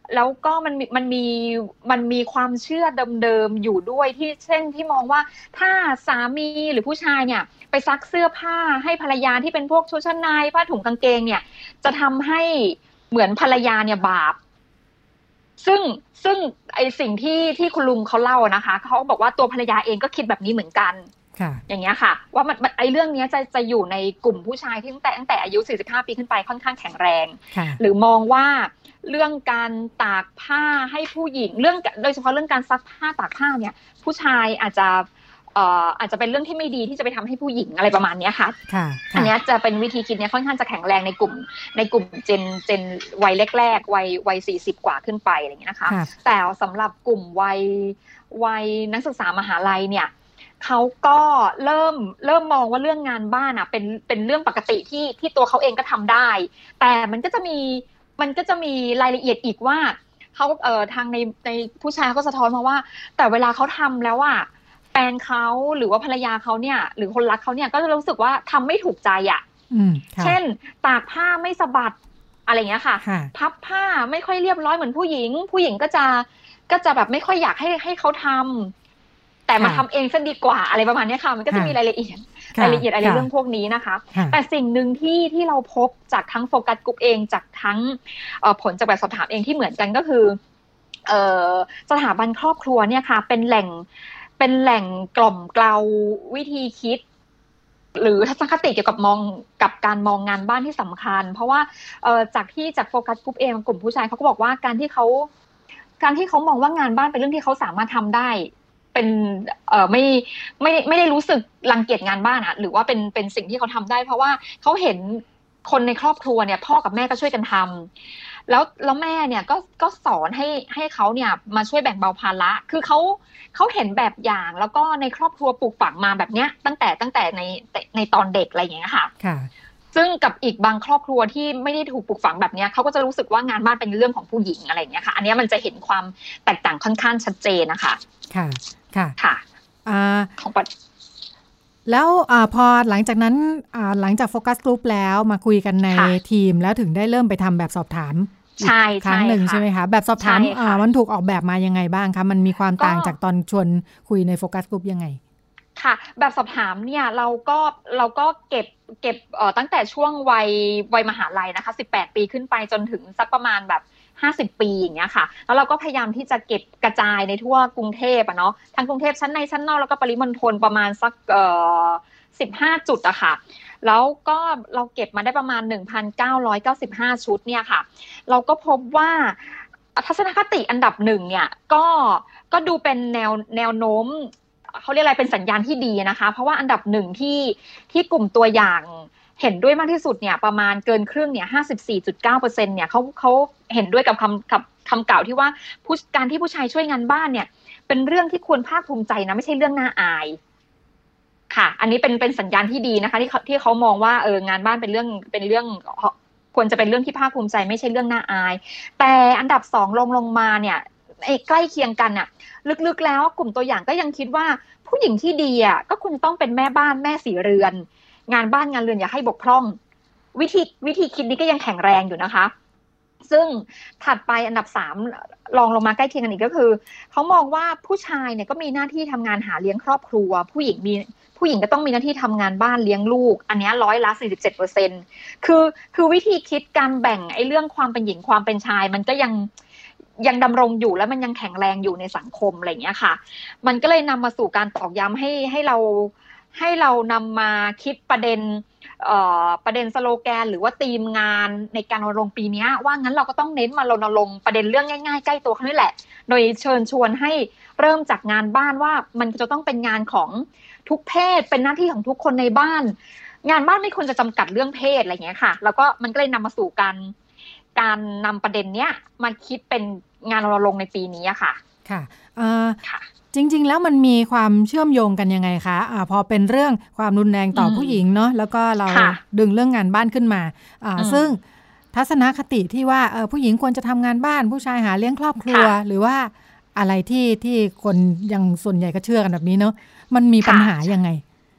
แล้วก็มันมีมันมีมันมีความเชื่อเดิมๆอยู่ด้วยที่เช่นที่มองว่าถ้าสามีหรือผู้ชายเนี่ยไปซักเสื้อผ้าให้ภรรยาที่เป็นพวกชุดชั้นในผ้าถุงกางเกงเนี่ยจะทำให้เหมือนภรรยาเนี่ยบาปซึ่งซึ่งไอสิ่งที่ที่คุณลุงเขาเล่านะคะเขาบอกว่าตัวภรรยาเองก็คิดแบบนี้เหมือนกันอย่างเงี้ยค่ะว่ามันไอเรื่องนี้จะจะอยู่ในกลุ่มผู้ชายที่ตั้งแต่ตั้งแต่อายุสี่สิบห้าปีขึ้นไปค่อนข้างแข็งแรงหรือมองว่าเรื่องการตากผ้าให้ผู้หญิงเรื่องโดยเฉพาะเรื่องการซักผ้าตากผ้าเนี่ยผู้ชายอาจจะเอ่ออาจจะเป็นเรื่องที่ไม่ดีที่จะไปทำให้ผู้หญิงอะไรประมาณนี้ค่ะอันนี้จะเป็นวิธีคิดเนี่ยค่อนข้างจะแข็งแรงในกลุ่มในกลุ่มเจนเจนวัยแรกๆวัยวัยสี่สิบกว่าขึ้นไปอะไรอย่างเงี้ยนะคะแต่สำหรับกลุ่มวัยวัยนักศึกษามหาลัยเนี่ยเขาก็เริ่มเริ่มมองว่าเรื่องงานบ้านอ่ะเป็นเป็นเรื่องปกติที่ที่ตัวเขาเองก็ทำได้แต่มันก็จะมีมันก็จะมีรายละเอียดอีกว่าเขาเอ่อทางในในผู้ชายก็สะท้อนมาว่าแต่เวลาเขาทำแล้วอ่ะแฟนเขาหรือว่าภรรยาเขาเนี่ยหรือคนรักเขาเนี่ยก็จะรู้สึกว่าทำไม่ถูกใจอ่ะเช่นตากผ้าไม่สะบัดอะไรเงี้ยค่ะพับผ้าไม่ค่อยเรียบร้อยเหมือนผู้หญิงผู้หญิงก็จะก็จะแบบไม่ค่อยอยากให้ให้เขาทำแต่มาทำเองซะดีกว่าอะไรประมาณนี้ค่ะมันก็จะมีรายละเอียดรายละเอียดอะไรเรื่องพวกนี้นะคะแต่สิ่งหนึ่งที่ที่เราพบจากทั้งโฟกัสกลุ่มเองจากทั้งผลจากแบบสอบถามเองที่เหมือนกันก็คือสถาบันครอบครัวเนี่ยค่ะเป็นแหล่งเป็นแหล่งกล่อมเกลาวิธีคิดหรือทัศนคติเกี่ยวกับมองกับการมองงานบ้านที่สำคัญเพราะว่าจากที่จากโฟกัสกลุ่มเองกลุ่มผู้ชายเขาก็บอกว่าการที่เขาการที่เขามองว่างานบ้านเป็นเรื่องที่เขาสามารถทำได้เป็นเอ่อไม่ไม่ไม่ได้รู้สึกรังเกียจงานบ้านอ่ะหรือว่าเป็นเป็นสิ่งที่เขาทำได้เพราะว่าเขาเห็นคนในครอบครัวเนี่ยพ่อกับแม่ก็ช่วยกันทำแล้วแล้วแม่เนี่ยก็ก็สอนให้ให้เขาเนี่ยมาช่วยแบ่งเบาภาระคือเขาเขาเห็นแบบอย่างแล้วก็ในครอบครัวปลูกฝังมาแบบเนี้ยตั้งแต่ตั้งแต่ในในตอนเด็กอะไรอย่างเงี้ยค่ะค่ะซึ่งกับอีกบางครอบครัวที่ไม่ได้ถูกปลูกฝังแบบนี้เขาก็จะรู้สึกว่างานบ้านเป็นเรื่องของผู้หญิงอะไรอย่างเงี้ยค่ะอันนี้มันจะเห็นความแตกต่างค่อนข้างชัดเจนนะคะค่ะค่ะค่ะอ่าของปัดแล้วอ่าพอหลังจากนั้นอ่าหลังจากโฟกัสกลุ่มแล้วมาคุยกันในทีมแล้วถึงได้เริ่มไปทำแบบสอบถามใช่ครั้งหนึ่งใช่ไหมคะแบบสอบถามอ่ามันถูกออกแบบมายังไงบ้างคะมันมีความต่างจากตอนชวนคุยในโฟกัสกลุ่มยังไงค่ะแบบสอบถามเนี่ยเราก็เราก็เก็บเก็บเอ่อตั้งแต่ช่วงวัยวัยมหาลัยนะคะสิบแปดปีขึ้นไปจนถึงสักประมาณแบบห้าสิบปีอย่างเงี้ยค่ะแล้วเราก็พยายามที่จะเก็บกระจายในทั่วกรุงเทพอ่ะเนาะทั้งกรุงเทพชั้นในชั้นนอกแล้วก็ปริมณฑลประมาณสักเอ่อสิบห้าจุดอะค่ะแล้วก็เราเก็บมาได้ประมาณ หนึ่งพันเก้าร้อยเก้าสิบห้า ชุดเนี่ยค่ะเราก็พบว่าทัศนคติอันดับหนึ่งเนี่ยก็ก็ดูเป็นแนวแนวโน้มเขาเรียกอะไรเป็นสัญญาณที่ดีนะคะเพราะว่าอันดับหนึ่งที่ที่กลุ่มตัวอย่างเห็นด้วยมากที่สุดเนี่ยประมาณเกินครึ่งเนี่ย ห้าสิบสี่จุดเก้าเปอร์เซ็นต์ เนี่ยเขาเขาเห็นด้วยกับคำกับคำกล่าวที่ว่าผู้การที่ผู้ชายช่วยงานบ้านเนี่ยเป็นเรื่องที่ควรภาคภูมิใจนะไม่ใช่เรื่องน่าอายค่ะอันนี้เป็นเป็นสัญญาณที่ดีนะคะที่ที่เขามองว่าเอองานบ้านเป็นเรื่องเป็นเรื่องควรจะเป็นเรื่องที่ภาคภูมิใจไม่ใช่เรื่องน่าอายแต่อันดับสองลงลงมาเนี่ยใกล้เคียงกันน่ะลึกๆแล้วกลุ่มตัวอย่างก็ยังคิดว่าผู้หญิงที่ดีอ่ะก็ควรต้องเป็นแม่บ้านแม่สีเรือนงานบ้านงานเรือนอย่าให้บกพร่องวิธีวิธีคิดนี้ก็ยังแข็งแรงอยู่นะคะซึ่งถัดไปอันดับสามรองลงมาใกล้เคียงกันอีกก็คือเขามองว่าผู้ชายเนี่ยก็มีหน้าที่ทำงานหาเลี้ยงครอบครัวผู้หญิงมีผู้หญิงก็ต้องมีหน้าที่ทำงานบ้านเลี้ยงลูกอันนี้ร้อยละสี่สิบเจ็ดเปอร์เซ็นต์คือคือวิธีคิดการแบ่งไอ้เรื่องความเป็นหญิงความเป็นชายมันก็ยังยังดำรงอยู่แล้วมันยังแข็งแรงอยู่ในสังคมอะไรอย่างเงี้ยค่ะมันก็เลยนำมาสู่การตอกย้ำให้ให้เราให้เรานำมาคิดประเด็นเอ่อประเด็นสโลแกนหรือว่าธีมงานในการรณรงค์ปีนี้ว่างั้นเราก็ต้องเน้นมารณรงค์ประเด็นเรื่องง่ายๆใกล้ตัวเขานี่แหละโดยเชิญชวนให้เริ่มจากงานบ้านว่ามันจะต้องเป็นงานของทุกเพศเป็นหน้าที่ของทุกคนในบ้านงานบ้านไม่ควรจะจำกัดเรื่องเพศอะไรอย่างเงี้ยค่ะแล้วก็มันก็เลยนำมาสู่การการนำประเด็นเนี้ยมาคิดเป็นงานรณรงค์ในปีนี้ค่ะค่ะเอ่อจริงๆแล้วมันมีความเชื่อมโยงกันยังไงคะอ่าพอเป็นเรื่องความรุนแรงต่อผู้หญิงเนาะแล้วก็เราดึงเรื่องงานบ้านขึ้นมาอ่าซึ่งทัศนคติที่ว่าเออผู้หญิงควรจะทำงานบ้านผู้ชายหาเลี้ยงครอบครัวหรือว่าอะไรที่ที่คนยังส่วนใหญ่ก็เชื่อกันแบบนี้เนาะมันมีปัญหายังไง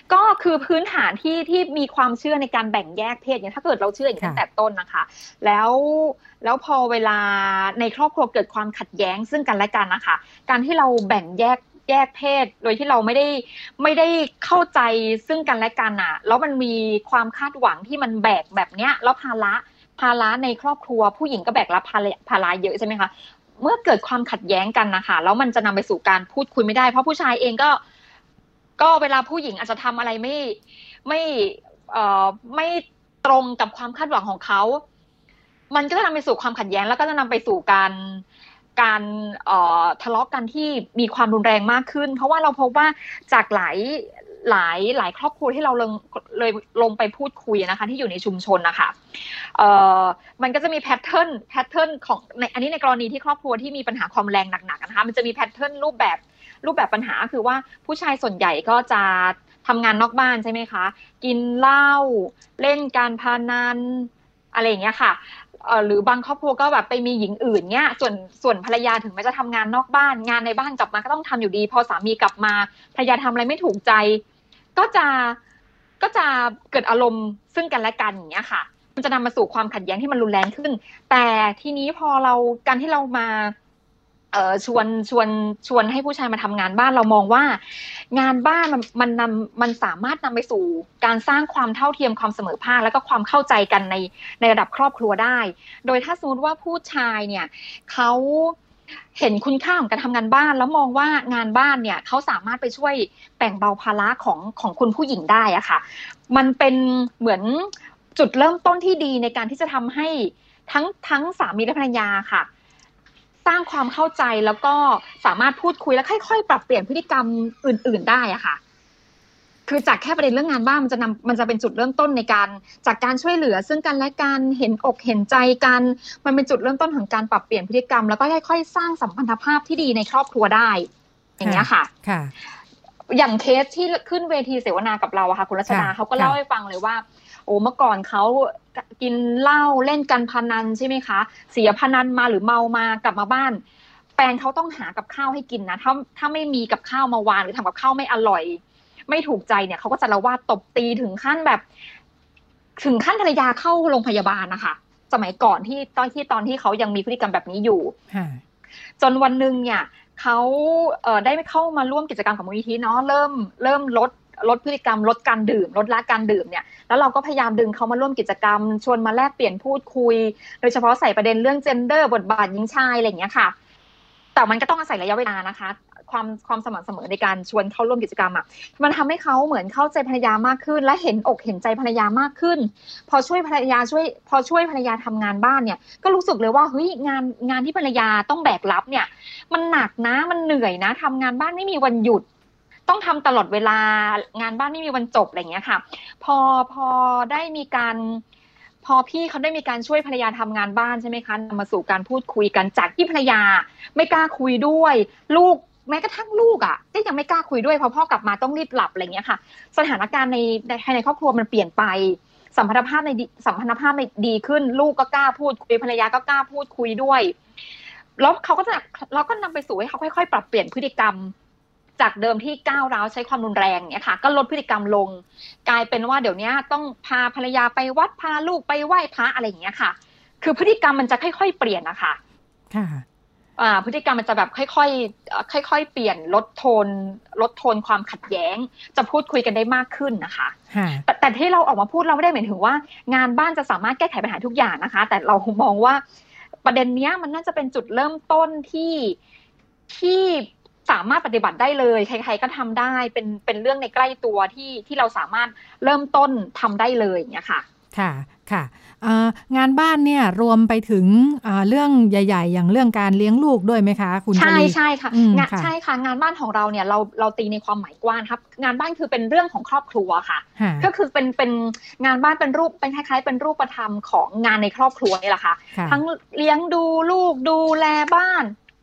ก็คือพื้นฐานที่ที่มีความเชื่อในการแบ่งแยกเพศเนี่ยถ้าเกิดเราเชื่ออย่างตั้งแต่ต้นนะคะแล้วแล้วพอเวลาในครอบครัวเกิดความขัดแย้งซึ่งกันและกันนะคะการที่เราแบ่งแยกแยกเพศโดยที่เราไม่ได้ไม่ได้เข้าใจซึ่งกันและกันอ่ะแล้วมันมีความคาดหวังที่มันแบกแบบเนี้ยแล้วภาระภาระในครอบครัวผู้หญิงก็แบกรับภาระภาระเยอะใช่ไหมคะเมื่อเกิดความขัดแย้งกันนะคะแล้วมันจะนำไปสู่การพูดคุยไม่ได้เพราะผู้ชายเองก็ก็เวลาผู้หญิงอาจจะทำอะไรไม่ไม่เอ่อไม่ตรงกับความคาดหวังของเขามันก็จะนำไปสู่ความขัดแย้งแล้วก็จะนำไปสู่การการเอ่อทะเลาะกันที่มีความรุนแรงมากขึ้นเพราะว่าเราพบว่าจากหลายหลายหลายครอบครัวที่เราลงเลยลงไปพูดคุยนะคะที่อยู่ในชุมชนนะคะเอ่อมันก็จะมีแพทเทิร์นแพทเทิร์นของในอันนี้ในกรณีที่ครอบครัวที่มีปัญหาความแรงหนักๆนะคะมันจะมีแพทเทิร์นรูปแบบรูปแบบปัญหาคือว่าผู้ชายส่วนใหญ่ก็จะทำงานนอกบ้านใช่ไหมคะกินเหล้าเล่นการพนันอะไรอย่างเงี้ยค่ะหรือบางครอบครัวก็แบบไปมีหญิงอื่นเนี้ยส่วนส่วนภรรยาถึงแม้จะทำงานนอกบ้านงานในบ้านกลับมาก็ต้องทำอยู่ดีพอสามีกลับมาภรรยาทำอะไรไม่ถูกใจก็จะก็จะเกิดอารมณ์ซึ่งกันและกันอย่างเงี้ยค่ะมันจะนำมาสู่ความขัดแย้งที่มันรุนแรงขึ้นแต่ทีนี้พอเราการที่เรามาเอ่อชวนชวนชวนให้ผู้ชายมาทำงานบ้านเรามองว่างานบ้านมันมันนำมันสามารถนำไปสู่การสร้างความเท่าเทียมความเสมอภาคแล้วก็ความเข้าใจกันในในระดับครอบครัวได้โดยถ้าสมมติว่าผู้ชายเนี่ยเขาเห็นคุณค่าของการทำงานบ้านแล้วมองว่างานบ้านเนี่ยเขาสามารถไปช่วยแบ่งเบาภาระของของคุณผู้หญิงได้อะค่ะมันเป็นเหมือนจุดเริ่มต้นที่ดีในการที่จะทำให้ทั้งทั้งสามีและภรรยาค่ะสร้างความเข้าใจแล้วก็สามารถพูดคุยและค่อยๆปรับเปลี่ยนพฤติกรรมอื่นๆได้อะค่ะคือจากแค่ประเด็นเรื่องงานบ้านมันจะนำมันจะเป็นจุดเริ่มต้นในการจากการช่วยเหลือซึ่งกันและกันเห็นอกเห็นใจกันมันเป็นจุดเริ่มต้นของการปรับเปลี่ยนพฤติกรรมแล้วก็ค่อยๆสร้างสัมพันธภาพที่ดีในครอบครัวได้อย่างเงี้ยค่ะค่ะอย่างเคสที่ขึ้นเวทีเสวนากับเราอะค่ะคุณรัชดาเขาก็เล่าให้ฟังเลยว่าโอ้เมื่อก่อนเขากินเหล้าเล่นการพนันใช่ไหมคะเสียพนันมาหรือเมามากลับมาบ้านแฟนเขาต้องหากับข้าวให้กินนะถ้าถ้าไม่มีกับข้าวมาวางหรือทำกับข้าวไม่อร่อยไม่ถูกใจเนี่ยเขาก็จะละวาดตบตีถึงขั้นแบบถึงขั้นภรรยาเข้าโรงพยาบาลนะคะสมัยก่อนที่ตอนที่ตอนที่เขายังมีพฤติกรรมแบบนี้อยู่จนวันนึงเนี่ยเขาเอ่อได้เข้ามาร่วมกิจกรรมของมูลนิธิเนาะเริ่มเริ่มลดลดพฤติกรรมลดการดื่มลดละการดื่มเนี่ยแล้วเราก็พยายามดึงเขามาร่วมกิจกรรมชวนมาแลกเปลี่ยนพูดคุยโดยเฉพาะใส่ประเด็นเรื่อง gender บทบาทหญิงชายอะไรอย่างเงี้ยค่ะแต่มันก็ต้องอาศัยระยะเวลานะคะความความสม่ำเสมอในการชวนเข้าร่วมกิจกรรมอ่ะมันทำให้เขาเหมือนเข้าใจภรรยามากขึ้นและเห็นอกเห็นใจภรรยามากขึ้นพอช่วยภรรยาช่วยพอช่วยภรรยาทำงานบ้านเนี่ยก็รู้สึกเลยว่าเฮ้ยงานงานที่ภรรยาต้องแบกรับเนี่ยมันหนักนะมันเหนื่อยนะทำงานบ้านไม่มีวันหยุดต้องทำตลอดเวลางานบ้านไม่มีวันจบอะไรอย่างเงี้ยค่ะพอพอได้มีการพอพี่เขาได้มีการช่วยภรรยาทำงานบ้านใช่ไหมคะนำมาสู่การพูดคุยกันจากที่ภรรยาไม่กล้าคุยด้วยลูกแม้กระทั่งลูกอ่ะก็ยังไม่กล้าคุยด้วยพอพ่อกลับมาต้องรีบหลับอะไรเงี้ยค่ะสถานการณ์ในในในครอบครัวมันเปลี่ยนไปสัมพันธภาพในสัมพันธภาพในดีขึ้นลูกก็กล้าพูดคุยภรรยาก็กล้าพูดคุยด้วยแล้วเขาก็จะเราก็นำไปสู่ให้เขาค่อยๆปรับเปลี่ยนพฤติกรรมจากเดิมที่ก้าวร้าวใช้ความรุนแรงเนี่ยค่ะก็ลดพฤติกรรมลงกลายเป็นว่าเดี๋ยวนี้ต้องพาภรรยาไปวัดพาลูกไปไหว้พระอะไรอย่างเงี้ยค่ะคือพฤติกรรมมันจะค่อยๆเปลี่ยนนะคะค่ะอ่าพฤติกรรมมันจะแบบค่อยๆค่อยๆเปลี่ยนลดโทนลดโทนความขัดแย้งจะพูดคุยกันได้มากขึ้นนะคะแต่แต่ที่เราออกมาพูดเราไม่ได้หมายถึงว่างานบ้านจะสามารถแก้ไขปัญหาทุกอย่างนะคะแต่เรามองว่าประเด็นเนี้ยมันน่าจะเป็นจุดเริ่มต้นที่ที่สามารถปฏิบัติได้เลยใครๆก็ทำได้เป็นเป็นเรื่องในใกล้ตัวที่ที่เราสามารถเริ่มต้นทำได้เลยอย่างเงี้ยค่ะค่ะค่ะงานบ้านเนี่ยรวมไปถึงเรื่องใหญ่ๆอย่างเรื่องการเลี้ยงลูกด้วยไหมคะคุณชลีใช่ใช่ค่ะใช่ค่ะงานบ้านของเราเนี่ยเราเราตีในความหมายกว้างครับงานบ้านคือเป็นเรื่องของครอบครัวค่ะก็คือเป็นเป็นงานบ้านเป็นรูปเป็นคล้ายๆเป็นรูปธรรมของงานในครอบครัวนี่แหละค่ะทั้งเลี้ยงดูลูกดูแลบ้าน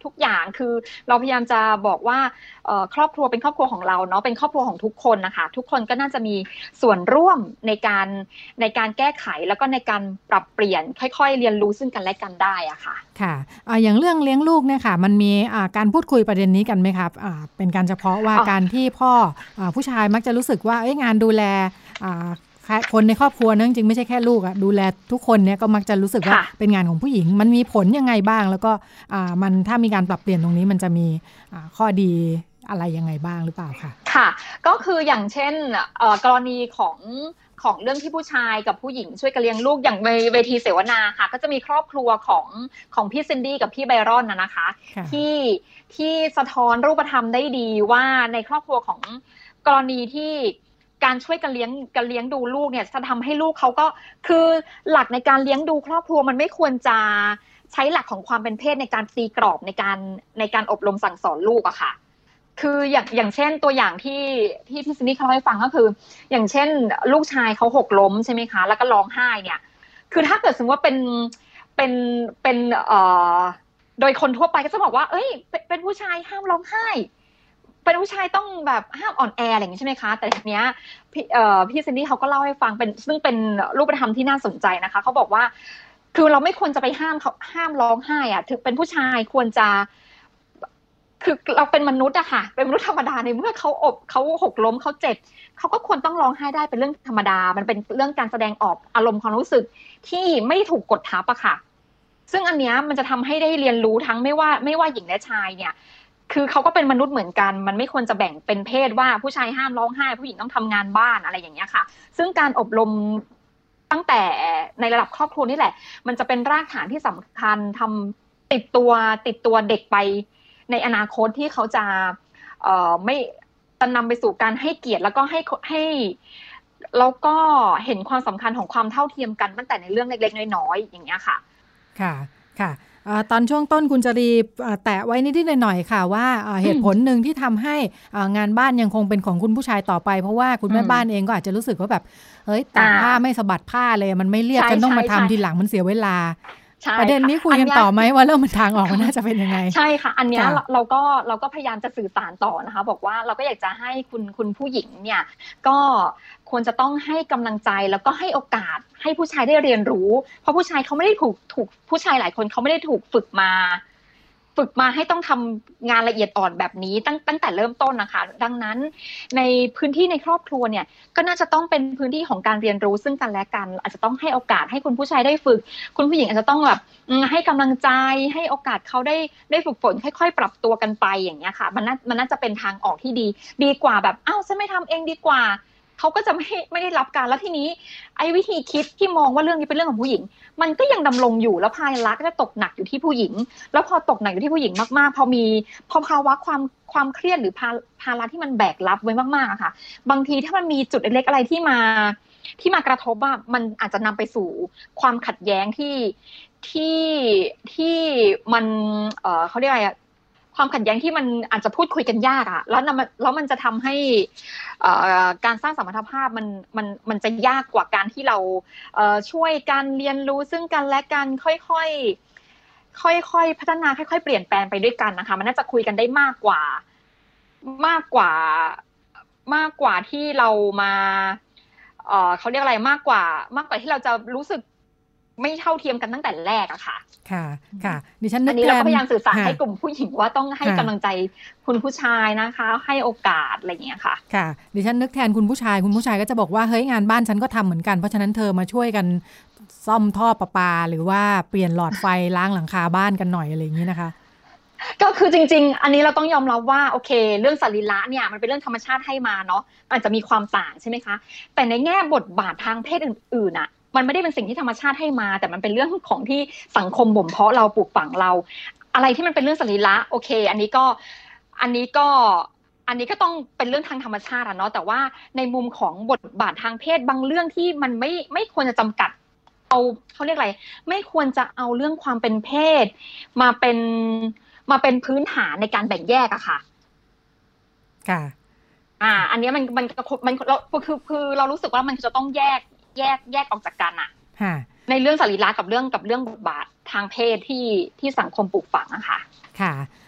ทุกอย่างคือเราพยายามจะบอกว่าครอบครัวเป็นครอบครัวของเราเนาะเป็นครอบครัวของทุกคนนะคะทุกคนก็น่าจะมีส่วนร่วมในการในการแก้ไขแล้วก็ในการปรับเปลี่ยนค่อยๆเรียนรู้ซึ่งกันและกันได้อะค่ะค่ะอย่างเรื่องเลี้ยงลูกเนี่ยค่ะมันมีการพูดคุยประเด็นนี้กันไหมครับเป็นการเฉพาะว่าการที่พ่อผู้ชายมักจะรู้สึกว่างานดูแลคนในครอบครัวนั่นจริงไม่ใช่แค่ลูกอะดูแลทุกคนเนี่ยก็มักจะรู้สึกว่าเป็นงานของผู้หญิงมันมีผลยังไงบ้างแล้วก็มันถ้ามีการปรับเปลี่ยนตรงนี้มันจะมีข้อดีอะไรยังไงบ้างหรือเปล่าค่ะค่ะก็คืออย่างเช่นกรณีของของเรื่องที่ผู้ชายกับผู้หญิงช่วยกันเลี้ยงลูกอย่างในเวทีเสวนาค่ะก็จะมีครอบครัวของของพี่ซินดี้กับพี่ไบรอนนะนะคะที่ที่สะท้อนรูปธรรมได้ดีว่าในครอบครัวของกรณีที่การช่วยกันเลี้ยงกันเลี้ยงดูลูกเนี่ยจะทำให้ลูกเขาก็คือหลักในการเลี้ยงดูครอบครัวมันไม่ควรจะใช้หลักของความเป็นเพศในการตีกรอบในการในการอบรมสั่งสอนลูกอะค่ะคืออย่างอย่างเช่นตัวอย่างที่ที่พี่ซินนี่เขาเล่าให้ฟังก็คืออย่างเช่นลูกชายเขาหกล้มใช่ไหมคะแล้วก็ร้องไห้เนี่ยคือถ้าเกิดสมมติว่าเป็นเป็นเป็นเอ่อโดยคนทั่วไปก็จะบอกว่าเอ้ยเป็นผู้ชายห้ามร้องไห้เป็นผู้ชายต้องแบบห้ามอ่อนแออะไรอย่างนี้ใช่ไหมคะแต่ทีเนี้ยพี่เอ่อพี่ซินดี้เขาก็เล่าให้ฟังเป็นซึ่งเป็นรูปธรรมที่น่าสนใจนะคะเขาบอกว่าคือเราไม่ควรจะไปห้ามเขาห้ามร้องไห้อ่ะถึงเป็นผู้ชายควรจะคือเราเป็นมนุษย์อะค่ะเป็นมนุษย์ธรรมดาในเมื่อเขาอบเขาหกล้มเขาเจ็บเขาก็ควรต้องร้องไห้ได้เป็นเรื่องธรรมดามันเป็นเรื่องการแสดงออกอารมณ์ความรู้สึกที่ไม่ถูกกดทับอะค่ะซึ่งอันเนี้ยมันจะทำให้ได้เรียนรู้ทั้งไม่ว่าไม่ว่าหญิงและชายเนี่ยคือเขาก็เป็นมนุษย์เหมือนกันมันไม่ควรจะแบ่งเป็นเพศว่าผู้ชายห้ามร้องไห้ผู้หญิงต้องทำงานบ้านอะไรอย่างเงี้ยค่ะซึ่งการอบรมตั้งแต่ในระดับครอบครัวนี่แหละมันจะเป็นรากฐานที่สำคัญทำติดตัวติดตัวเด็กไปในอนาคตที่เขาจะเอ่อไม่จะนำไปสู่การให้เกียรติแล้วก็ให้ให้แล้วก็เห็นความสำคัญของความเท่าเทียมกันตั้งแต่ในเรื่องเล็กๆน้อยๆอย่างเงี้ยค่ะค่ะค่ะตอนช่วงต้นคุณจรีแตะไว้นิดๆหน่อยๆค่ะว่าเหตุผลหนึ่งที่ทำให้งานบ้านยังคงเป็นของคุณผู้ชายต่อไปเพราะว่าคุณแม่บ้านเองก็อาจจะรู้สึกว่าแบบเฮ้ยตากผ้าไม่สะบัดผ้าเลยมันไม่เรียบจนต้องมาทำทีหลังมันเสียเวลาประเด็นนี้คุยกันต่อไหมว่าเรื่องมันทางออกมันน่าจะเป็นยังไงใช่ค่ะอันนี้เราก็เราก็พยายามจะสื่อสารต่อนะคะบอกว่าเราก็อยากจะให้คุณคุณผู้หญิงเนี่ยก็ควรจะต้องให้กำลังใจแล้วก็ให้โอกาสให้ผู้ชายได้เรียนรู้เพราะผู้ชายเขาไม่ได้ถูกถูกผู้ชายหลายคนเขาไม่ได้ถูกฝึกมาฝึกมาให้ต้องทำงานละเอียดอ่อนแบบนี้ตั้งตั้งแต่เริ่มต้นนะคะดังนั้นในพื้นที่ในครอบครัวเนี่ยก็น่าจะต้องเป็นพื้นที่ของการเรียนรู้ซึ่งกันและกันอาจจะต้องให้โอกาสให้คุณผู้ชายได้ฝึกคุณผู้หญิงอาจจะต้องแบบให้กำลังใจให้โอกาสเขาได้ได้ฝึกฝนค่อยๆปรับตัวกันไปอย่างเงี้ยค่ะมันน่ามันน่าจะเป็นทางออกที่ดีดีกว่าแบบอ้าวฉันไม่ทำเองดีกว่าเขาก็จะไม่ไม่ได้รับการแล้วทีนี้ไอ้วิธีคิดที่มองว่าเรื่องนี้เป็นเรื่องของผู้หญิงมันก็ยังดำรงอยู่แล้วภาระก็จะตกหนักอยู่ที่ผู้หญิงแล้วพอตกหนักอยู่ที่ผู้หญิงมากๆพอมีพอภาวะความความเครียดหรือภาภาระที่มันแบกรับไว้มากๆค่ะบางทีถ้ามันมีจุดเล็กๆอะไรที่มาที่มากระทบอะมันอาจจะนำไปสู่ความขัดแย้งที่ที่ที่มันเอ่อเขาเรียกอะไรอะความขัดแย้งที่มันอาจจะพูดคุยกันยากอ่ะแล้วแล้วมันจะทำให้การสร้างสมรรถภาพมันมันมันจะยากกว่าการที่เราช่วยกันเรียนรู้ซึ่งกันและกันค่อยๆค่อยๆพัฒนาค่อยๆเปลี่ยนแปลงไปด้วยกันนะคะมันน่าจะคุยกันได้มากกว่ามากกว่ามากกว่าที่เรามาเขาเรียกอะไรมากกว่ามากกว่าที่เราจะรู้สึกไม่เท่าเทียมกันตั้งแต่แรกอะค่ะค่ะค่ะดิฉันนึกอันนี้เราก็พยายามสื่อสารให้กลุ่มผู้หญิงว่าต้องให้กำลังใจคุณผู้ชายนะคะให้โอกาสอะไรอย่างเงี้ยค่ะค่ะดิฉันนึกแทนคุณผู้ชายคุณผู้ชายก็จะบอกว่าเฮ้ยงานบ้านฉันก็ทำเหมือนกันเพราะฉะนั้นเธอมาช่วยกันซ่อมท่อประปาหรือว่าเปลี่ยนหลอดไฟล้างหลังคาบ้านกันหน่อยอะไรอย่างนี้นะคะก็คือจริงๆอันนี้เราต้องยอมรับว่าโอเคเรื่องสรีระเนี่ยมันเป็นเรื่องธรรมชาติให้มาเนาะอาจจะมีความต่างใช่ไหมคะแต่ในแง่บทบาททางเพศอื่นๆอะมันไม่ได้เป็นสิ่งที่ธรรมชาติให้มาแต่มันเป็นเรื่องของที่สังคมบ่มเพาะเราปลูกฝังเราอะไรที่มันเป็นเรื่องสรีระโอเคอันนี้ก็อันนี้ก็อันนี้ก็ต้องเป็นเรื่องทางธรรมชาติอะเนาะแต่ว่าในมุมของบทบาททางเพศบางเรื่องที่มันไม่ไม่ควรจะจำกัดเอาเขาเรียกอะไรไม่ควรจะเอาเรื่องความเป็นเพศมาเป็นมาเป็นพื้นฐานในการแบ่งแยกอะค่ะค่ะอ่าอันนี้มันมันมันเราคือคือเรารู้สึกว่ามันจะต้องแยกแยกแยกออกจากกันอะในเรื่องสรีระกับเรื่องกับเรื่องบทบาททางเพศที่ที่สังคมปลูกฝังอะค่ะค่ะ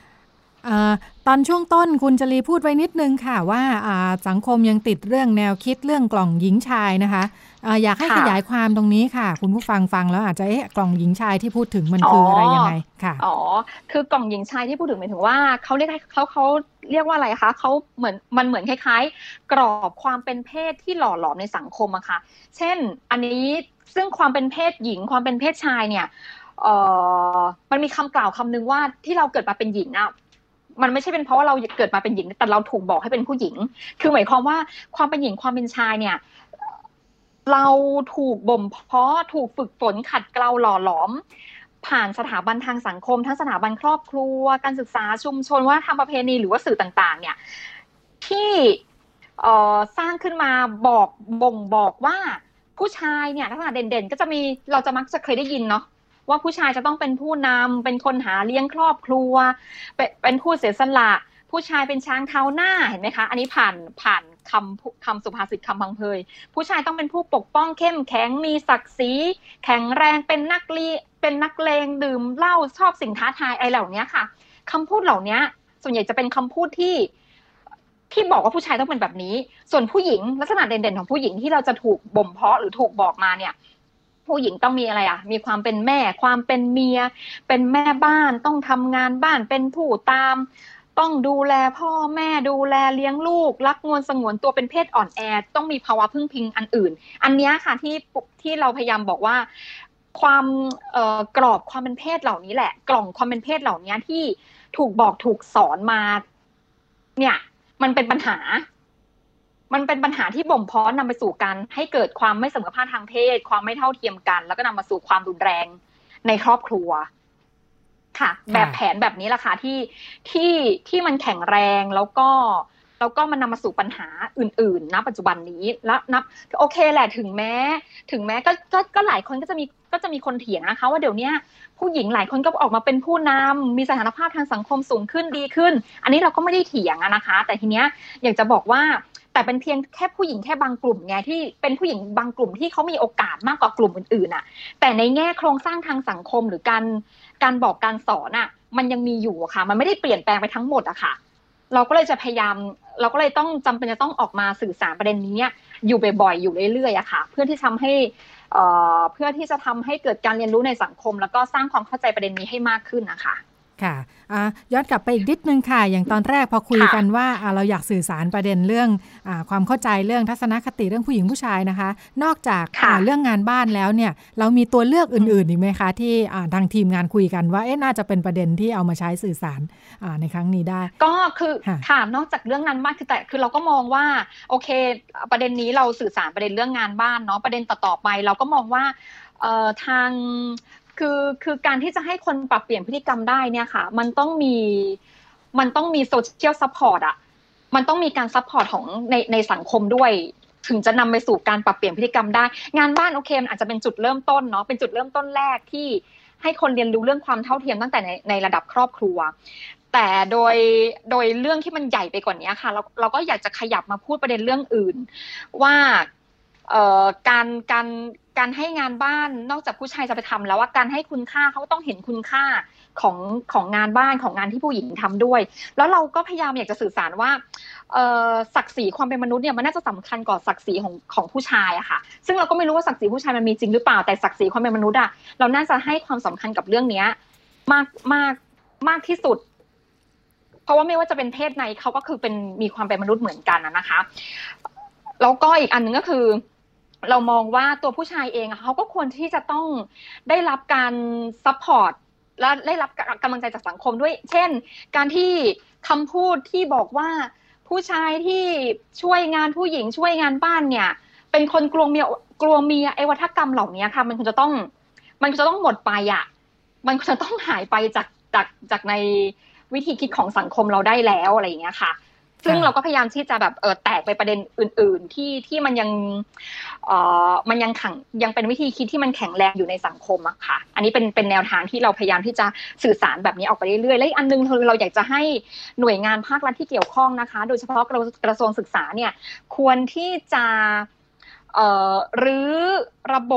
ตอนช่วงต้นคุณจรีพูดไว้นิดนึงค่ะว่าสังคมยังติดเรื่องแนวคิดเรื่องกล่องหญิงชายนะคะอยากให้ขยายความตรงนี้ค่ะคุณผู้ฟังฟังแล้วอาจจะเอ๊ะกล่องหญิงชายที่พูดถึงมันคืออะไรยังไงค่ะอ๋อคือกล่องหญิงชายที่พูดถึงหมายถึงว่าเขาเรียกเขาเขาเรียกว่าอะไรคะเขาเหมือนมันเหมือนคล้ายๆกรอบความเป็นเพศที่หล่อหลอมในสังคมอะค่ะเช่นอันนี้ซึ่งความเป็นเพศหญิงความเป็นเพศชายเนี่ยเอ่อมันมีคำกล่าวคำนึงว่าที่เราเกิดมาเป็นหญิงอะมันไม่ใช่เป็นเพราะว่าเราเกิดมาเป็นหญิงแต่เราถูกบอกให้เป็นผู้หญิงคือหมายความว่าความเป็นหญิงความเป็นชายเนี่ยเราถูกบ่มเพาะถูกฝึกฝนขัดเกลาหล่อหลอมผ่านสถาบันทางสังคมทั้งสถาบันครอบครัวการศึกษาชุมชนวัฒนธรรมประเพณีหรือว่าสื่อต่างๆเนี่ยที่สร้างขึ้นมาบอกบ่งบอกว่าผู้ชายเนี่ยลักษณะเด่นๆก็จะมีเราจะมักจะเคยได้ยินเนาะว่าผู้ชายจะต้องเป็นผู้นำเป็นคนหาเลี้ยงครอบครัวเป็นผู้เสียสละผู้ชายเป็นช้างเท้าหน้าเห็นไหมคะอันนี้ผ่านผ่านคำคำสุภาษิตคำพังเพยผู้ชายต้องเป็นผู้ปกป้องเข้มแข็งมีศักดิ์ศรีแข็งแรงเป็นนักลีเป็นนักเลงดื่มเหล้าชอบสิ่งท้าทายอะไรเหล่านี้ค่ะคำพูดเหล่านี้ส่วนใหญ่จะเป็นคำพูดที่ที่บอกว่าผู้ชายต้องเป็นแบบนี้ส่วนผู้หญิงลักษณะเด่นๆของผู้หญิงที่เราจะถูกบ่มเพาะหรือถูกบอกมาเนี่ยผู้หญิงต้องมีอะไรอ่ะมีความเป็นแม่ความเป็นเมียเป็นแม่บ้านต้องทำงานบ้านเป็นผู้ตามต้องดูแลพ่อแม่ดูแลเลี้ยงลูกรักงวนสงวนตัวเป็นเพศอ่อนแอต้องมีภาวะพึ่งพิงอันอื่นอันนี้ค่ะที่ที่เราพยายามบอกว่าความเอ่อกรอบความเป็นเพศเหล่านี้แหละกล่องความเป็นเพศเหล่านี้ที่ถูกบอกถูกสอนมาเนี่ยมันเป็นปัญหามันเป็นปัญหาที่บ่มเพาะนำไปสู่การให้เกิดความไม่เสมอภาคทางเพศความไม่เท่าเทียมกันแล้วก็นำมาสู่ความรุนแรงในครอบครัวค่ะแบบแผนแบบนี้แหละค่ะที่ที่ที่มันแข็งแรงแล้วก็แล้วก็มันนำมาสู่ปัญหาอื่นๆณปัจจุบันนี้แล้วนับโอเคแหละถึงแม้ถึงแม้ก็ก็ก็หลายคนก็จะมีก็จะมีคนเถียงนะคะว่าเดี๋ยวนี้ผู้หญิงหลายคนก็ออกมาเป็นผู้นำมีสถานภาพทางสังคมสูงขึ้นดีขึ้นอันนี้เราก็ไม่ได้เถียงนะคะแต่ทีเนี้ยอยากจะบอกว่าแต่เป็นเพียงแค่ผู้หญิงแค่บางกลุ่มไงที่เป็นผู้หญิงบางกลุ่มที่เขามีโอกาสมากกว่ากลุ่มอื่นๆอ่ะแต่ในแง่โครงสร้างทางสังคมหรือการการบอกการสอนอ่ะมันยังมีอยู่ค่ะมันไม่ได้เปลี่ยนแปลงไปทั้งหมดอะค่ะเราก็เลยจะพยายามเราก็เลยต้องจำเป็นจะต้องออกมาสื่อสารประเด็นนี้อยู่บ่อยๆอยู่เรื่อยๆอะค่ะเพื่อที่ทำให้เอ่อเพื่อที่จะทำให้เกิดการเรียนรู้ในสังคมแล้วก็สร้างความเข้าใจประเด็นนี้ให้มากขึ้นนะคะค่ะย้อนกลับไปอีกนิดนึงค่ะอย่างตอนแรกพอคุยกันว่าเราอยากสื่อสารประเด็นเรื่องความเข้าใจเรื่องทัศนคติเรื่องผู้หญิงผู้ชายนะคะนอกจากเรื่องงานบ้านแล้วเนี่ยเรามีตัวเลือกอื่นๆอีกไหมคะที่ทางทีมงานคุยกันว่าเอ๊ะน่าจะเป็นประเด็นที่เอามาใช้สื่อสารในครั้งนี้ได้ก็คือค่ะนอกจากเรื่องนั้นบ้านคือแต่คือเราก็มองว่าโอเคประเด็นนี้เราสื่อสารประเด็นเรื่องงานบ้านเนาะประเด็นต่อๆไปเราก็มองว่าทางคือคือการที่จะให้คนปรับเปลี่ยนพฤติกรรมได้เนี่ยค่ะมันต้องมีมันต้องมีโซเชียลซัพพอร์ตอ่ะมันต้องมีการซัพพอร์ตของในในสังคมด้วยถึงจะนำไปสู่การปรับเปลี่ยนพฤติกรรมได้งานบ้านโอเคมันอาจจะเป็นจุดเริ่มต้นเนาะเป็นจุดเริ่มต้นแรกที่ให้คนเรียนรู้เรื่องความเท่าเทียมตั้งแต่ในในระดับครอบครัวแต่โดยโดยเรื่องที่มันใหญ่ไปกว่านี้ค่ะเราเราก็อยากจะขยับมาพูดประเด็นเรื่องอื่นว่าเอ่อการการการให้งานบ้านนอกจากผู้ชายจะไปทำแล้วว่าการให้คุณค่าเขาต้องเห็นคุณค่าของของงานบ้านของงานที่ผู้หญิงทำด้วยแล้วเราก็พยายามอยากจะสื่อสารว่าศักดิ์ศรีความเป็นมนุษย์เนี่ยมันน่าจะสำคัญกว่าศักดิ์ศรีของของผู้ชายอะค่ะซึ่งเราก็ไม่รู้ว่าศักดิ์ศรีผู้ชายมันมีจริงหรือเปล่าแต่ศักดิ์ศรีความเป็นมนุษย์อะเราน่าจะให้ความสำคัญกับเรื่องนี้มากมากมากที่สุดเพราะว่าไม่ว่าจะเป็นเพศไหนเขาก็คือเป็นมีความเป็นมนุษย์เหมือนกันนะคะแล้วก็อีกอันนึงก็คือเรามองว่าตัวผู้ชายเองเขาก็ควรที่จะต้องได้รับการซัพพอร์ตและได้รับกำลังใจจากสังคมด้วยเช่นการที่คำพูดที่บอกว่าผู้ชายที่ช่วยงานผู้หญิงช่วยงานบ้านเนี่ยเป็นคนกลัวเมียกลัวเมียไอ้วัฒกรรมเหล่านี้ค่ะมันควรจะต้องมันควรจะต้องหมดไปอ่ะมันควรจะต้องหายไปจากจากจากในวิธีคิดของสังคมเราได้แล้วอะไรอย่างเงี้ยค่ะซึ่งเราก็พยายามที่จะแบบเออแตกไปประเด็นอื่นๆที่ที่มันยังเอ่อมันยังขังยังเป็นวิธีคิดที่มันแข็งแรงอยู่ในสังคมอะค่ะอันนี้เป็นเป็นแนวทางที่เราพยายามที่จะสื่อสารแบบนี้ออกไปเรื่อยๆและอีกอันนึงคือเราอยากจะให้หน่วยงานภาครัฐที่เกี่ยวข้องนะคะโดยเฉพาะกระทรวงศึกษาเนี่ยควรที่จะเอ่อรื้อระบบ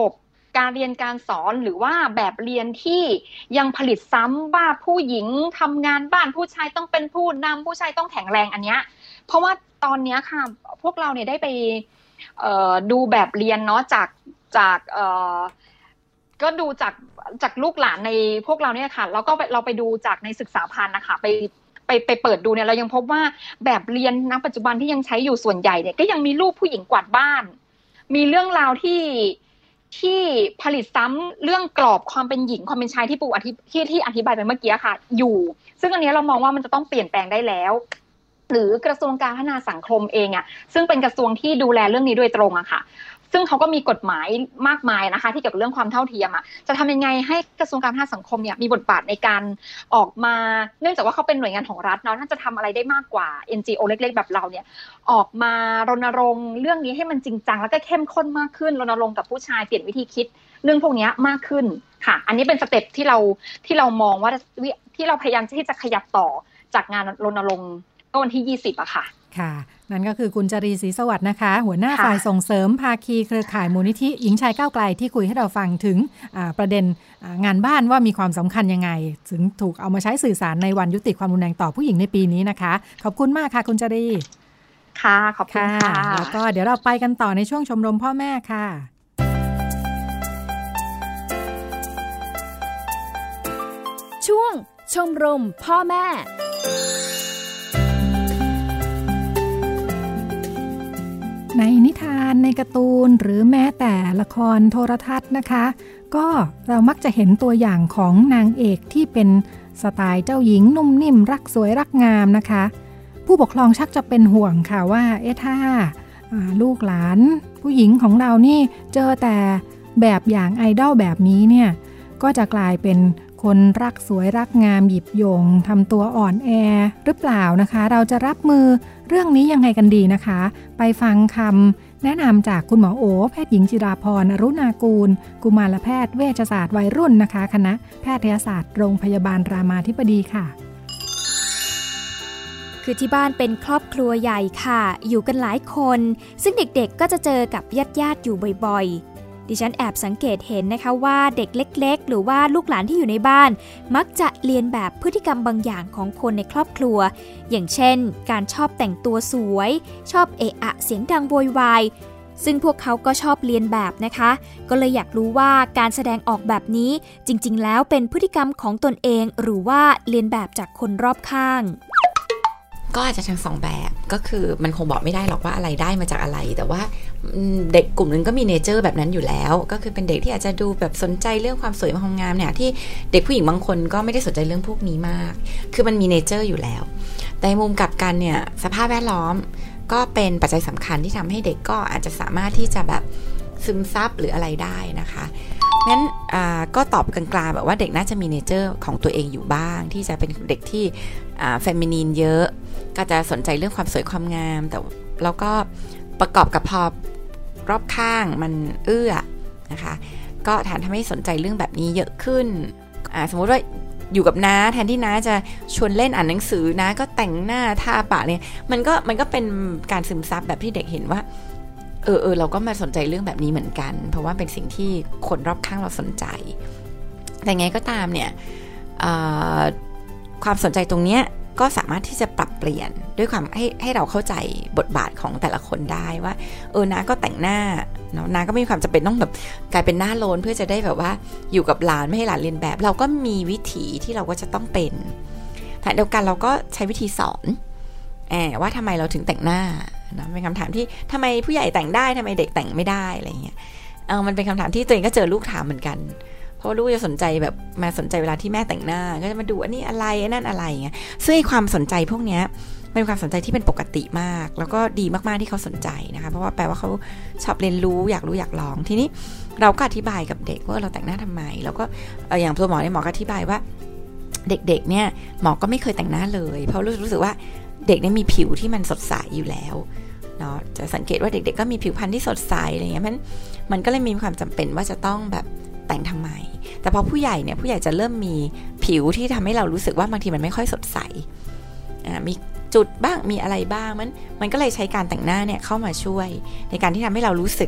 การเรียนการสอนหรือว่าแบบเรียนที่ยังผลิตซ้ำว่าผู้หญิงทำงานบ้านผู้ชายต้องเป็นผู้นำผู้ชายต้องแข็งแรงอันเนี้ยเพราะว่าตอนนี้ค่ะพวกเราเนี่ยได้ไปดูแบบเรียนเนาะจากจากก็ดูจากจากลูกหลานในพวกเราเนี่ยค่ะแล้วก็เราไปดูจากในศึกษาพันธ์นะคะไปไปไปเปิดดูเนี่ยเรายังพบว่าแบบเรียนณปัจจุบันที่ยังใช้อยู่ส่วนใหญ่เนี่ยก็ยังมีรูปผู้หญิงกวาดบ้านมีเรื่องราวที่ที่ผลิตซ้ำเรื่องกรอบความเป็นหญิงความเป็นชายที่ปูอธิที่ที่อธิบายไปเมื่อกี้ค่ะอยู่ซึ่งอันนี้เรามองว่ามันจะต้องเปลี่ยนแปลงได้แล้วหรือกระทรวงการพัฒนาสังคมเองอ่ะซึ่งเป็นกระทรวงที่ดูแลเรื่องนี้โดยตรงอะค่ะซึ่งเขาก็มีกฎหมายมากมายนะคะที่เกี่ยวกับเรื่องความเท่าเทียมอ่ะจะทำยังไงให้กระทรวงการพัฒนาสังคมเนี่ยมีบทบาทในการออกมาเนื่องจากว่าเขาเป็นหน่วยงานของรัฐเนาะน่าจะทำอะไรได้มากกว่า เอ็น จี โอ เล็กๆแบบเราเนี่ยออกมารณรงค์เรื่องนี้ให้มันจริงจังแล้วก็เข้มข้นมากขึ้นรณรงค์กับผู้ชายเปลี่ยนวิธีคิดเรื่องพวกนี้มากขึ้นค่ะอันนี้เป็นสเต็ปที่เราที่เรามองว่าที่เราพยายามที่จะขยับต่อจากงานรณรงค์เมื่อวันที่ยี่สิบอะค่ะค่ะนั่นก็คือคุณจรีศรีสวัสดิ์นะคะหัวหน้าฝ่ายส่งเสริมภาคีเครือข่ายมูลนิธิหญิงชายก้าวไกลที่คุยให้เราฟังถึงประเด็นงานบ้านว่ามีความสำคัญยังไงถึงถูกเอามาใช้สื่อสารในวันยุติความรุนแรงต่อผู้หญิงในปีนี้นะคะขอบคุณมากค่ะคุณจรีค่ะขอบคุณค่ะแล้วก็เดี๋ยวเราไปกันต่อในช่วงชมรมพ่อแม่ค่ะช่วงชมรมพ่อแม่ในนิทานในการ์ตูนหรือแม้แต่ละครโทรทัศน์นะคะก็เรามักจะเห็นตัวอย่างของนางเอกที่เป็นสไตล์เจ้าหญิงนุ่มนิ่มรักสวยรักงามนะคะผู้ปกครองชักจะเป็นห่วงค่ะว่าเอ๊ะถ้าลูกหลานผู้หญิงของเรานี่เจอแต่แบบอย่างไอดอลแบบนี้เนี่ยก็จะกลายเป็นคนรักสวยรักงามหยิบโยงทำตัวอ่อนแอหรือเปล่านะคะเราจะรับมือเรื่องนี้ยังไงกันดีนะคะไปฟังคำแนะนำจากคุณหมอโอแพทย์หญิงจิราพรอรุณากูลกุมารแพทย์เวชศาสตร์วัยรุ่นนะคะคณะแพทยศาสตร์โรงพยาบาลรามาธิบดีค่ะคือที่บ้านเป็นครอบครัวใหญ่ค่ะอยู่กันหลายคนซึ่งเด็กๆก็จะเจอกับญาติๆอยู่บ่อยๆดิฉันแอบสังเกตเห็นนะคะว่าเด็กเล็กๆหรือว่าลูกหลานที่อยู่ในบ้านมักจะเรียนแบบพฤติกรรมบางอย่างของคนในครอบครัวอย่างเช่นการชอบแต่งตัวสวยชอบเอะอะเสียงดังโวยวายซึ่งพวกเขาก็ชอบเรียนแบบนะคะก็เลยอยากรู้ว่าการแสดงออกแบบนี้จริงๆแล้วเป็นพฤติกรรมของตนเองหรือว่าเรียนแบบจากคนรอบข้างก็อาจจะทั้งสองแบบก็คือมันคงบอกไม่ได้หรอกว่าอะไรได้มาจากอะไรแต่ว่าเด็กกลุ่มนึงก็มีเนเจอร์แบบนั้นอยู่แล้วก็คือเป็นเด็กที่อาจจะดูแบบสนใจเรื่องความสวยความงามเนี่ยที่เด็กผู้หญิงบางคนก็ไม่ได้สนใจเรื่องพวกนี้มากคือมันมีเนเจอร์อยู่แล้วแต่มุมกลับกันเนี่ยสภาพแวดล้อมก็เป็นปัจจัยสำคัญที่ทำให้เด็กก็อาจจะสามารถที่จะแบบซึมซับหรืออะไรได้นะคะงั้นก็ตอบกลางๆแบบว่าเด็กน่าจะมีเนเจอร์ของตัวเองอยู่บ้างที่จะเป็นเด็กที่เฟมินีนเยอะก็จะสนใจเรื่องความสวยความงามแต่แล้วก็ประกอบกับพอรอบข้างมันเอื้อนะคะก็แทนทำให้สนใจเรื่องแบบนี้เยอะขึ้นสมมติว่าอยู่กับน้าแทนที่น้าจะชวนเล่นอ่านหนังสือน้าก็แต่งหน้าทาปากเนี่ยมันก็มันก็เป็นการซึมซับแบบที่เด็กเห็นว่าเออเออเราก็มาสนใจเรื่องแบบนี้เหมือนกันเพราะว่าเป็นสิ่งที่คนรอบข้างเราสนใจแต่ไงก็ตามเนี่ยความสนใจตรงเนี้ยก็สามารถที่จะปรับเปลี่ยนด้วยความให้ให้เราเข้าใจบทบาทของแต่ละคนได้ว่าเออน้าก็แต่งหน้าเนาะน้าก็ไม่มีความจำเป็นต้องแบบกลายเป็นหน้าโลนเพื่อจะได้แบบว่าอยู่กับหลานไม่ให้หลานเรียนแบบเราก็มีวิถีที่เราก็จะต้องเป็นแต่เดียวกันเราก็ใช้วิธีสอนแอบว่าทำไมเราถึงแต่งหน้านะเป็นคำถามที่ทำไมผู้ใหญ่แต่งได้ทำไมเด็กแต่งไม่ได้อะไรเงี้ยเออมันเป็นคำถามที่ตัวเองก็เจอลูกถามเหมือนกันเพราะลูกจะสนใจแบบมาสนใจเวลาที่แม่แต่งหน้าก็จะมาดูอันนี้อะไรอันนั้นอะไรเงี้ยซึ่งความสนใจพวกเนี้ยเป็นความสนใจที่เป็นปกติมากแล้วก็ดีมากๆที่เขาสนใจนะคะเพราะว่าแปลว่าเขาชอบเรียนรู้อยากรู้อยากลองทีนี้เราก็อธิบายกับเด็กว่าเราแต่งหน้าทำไมแล้วก็อย่างตัวหมอเนี่ยหมอก็อธิบายว่าเด็กๆเนี่ยหมอก็ไม่เคยแต่งหน้าเลยเพราะรู้สึกว่าเด็กเนี่ยมีผิวที่มันสดใสอยู่แล้วเนาะจะสังเกตว่าเด็กๆก็มีผิวพรรณที่สดใสอะไรเงี้ยมันมันก็เลยมีความจำเป็นว่าจะต้องแบบแต่งทำไมแต่พอผู้ใหญ่เนี่ยผู้ใหญ่จะเริ่มมีผิวที่ทำให้เรารู้สึกว่าบางทีมันไม่ค่อยสดใสอ่ามีจุดบ้างมีอะไรบ้างมันมันก็เลยใช้การแต่งหน้าเนี่ยเข้ามาช่วยในการที่ทำให้เรารู้สึก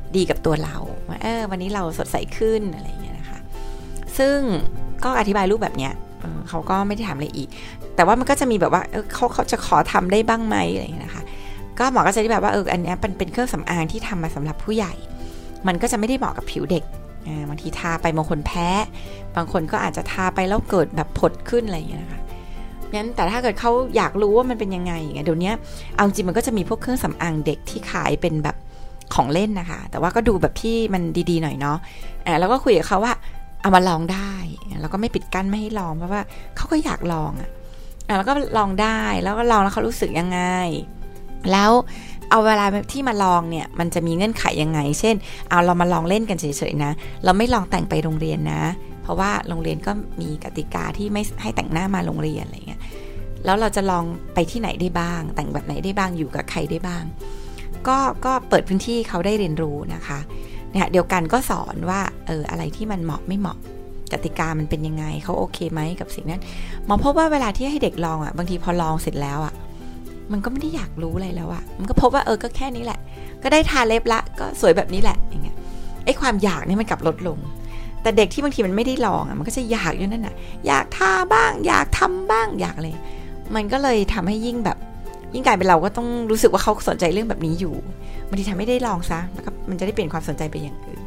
ดีกับตัวเราว่าเออวันนี้เราสดใสขึ้นอะไรอย่างเงี้ยนะคะซึ่งก็อธิบายรูปแบบเนี้ยเขาก็ไม่ได้ถามอะไรอีกแต่ว่ามันก็จะมีแบบว่าเออเขาเขาจะขอทำได้บ้างไหมอะไรอย่างเงี้ยนะคะก็หมอก็จะอธิบายว่าเอออันนี้เป็นเป็นเครื่องสำอางที่ทำมาสำหรับผู้ใหญ่มันก็จะไม่ได้เหมาะกับผิวเด็กบางทีทาไปบางคนแพ้บางคนก็อาจจะทาไปแล้วเกิดแบบผดขึ้นอะไรอย่างเงี้ยนะคะงั้นแต่ถ้าเกิดเขาอยากรู้ว่ามันเป็นยังไงอย่างเงี้ยเดี๋ยวนี้เอาจริงมันก็จะมีพวกเครื่องสำอางเด็กที่ขายเป็นแบบของเล่นนะคะแต่ว่าก็ดูแบบที่มันดีๆหน่อยเนาะอ่าแล้วก็คุยกับเขาว่าเอามาลองได้แล้วก็ไม่ปิดกั้นไม่ให้ลองเพราะว่าเขาก็อยากลองอ่ะอ่าแล้วก็ลองได้แล้วก็ลองแล้วเขารู้สึกยังไงแล้วเอาเวลาที่มาลองเนี่ยมันจะมีเงื่อนไขยังไงเช่นเอาเรามาลองเล่นกันเฉยๆนะเราไม่ลองแต่งไปโรงเรียนนะเพราะว่าโรงเรียนก็มีกติกาที่ไม่ให้แต่งหน้ามาโรงเรียนอะไรเงี้ยแล้วเราจะลองไปที่ไหนได้บ้างแต่งแบบไหนได้บ้างอยู่กับใครได้บ้างก็ก็เปิดพื้นที่เขาได้เรียนรู้นะคะเนี่ยเดียวกันก็สอนว่าเอออะไรที่มันเหมาะไม่เหมาะกติกามันเป็นยังไงเขาโอเคไหมกับสิ่งนั้นหมอพบว่าเวลาที่ให้เด็กลองอ่ะบางทีพอลองเสร็จแล้วอ่ะมันก็ไม่ได้อยากรู้อะไรแล้วอ่ะมันก็พบว่าเออก็แค่นี้แหละก็ได้ทาเล็บละก็สวยแบบนี้แหละอย่างเงี้ยไอ้ความอยากนี่มันกลับลดลงแต่เด็กที่บางทีมันไม่ได้ลองอ่ะมันก็จะอยากอยู่นั่นน่ะอยากทาบ้างอยากทำบ้างอยากอะไรมันก็เลยทำให้ยิ่งแบบยิ่งกลายเป็นเราก็ต้องรู้สึกว่าเขาสนใจเรื่องแบบนี้อยู่บางทีทำไม่ได้ลองซะแล้วก็มันจะได้เปลี่ยนความสนใจไปอย่างอื่น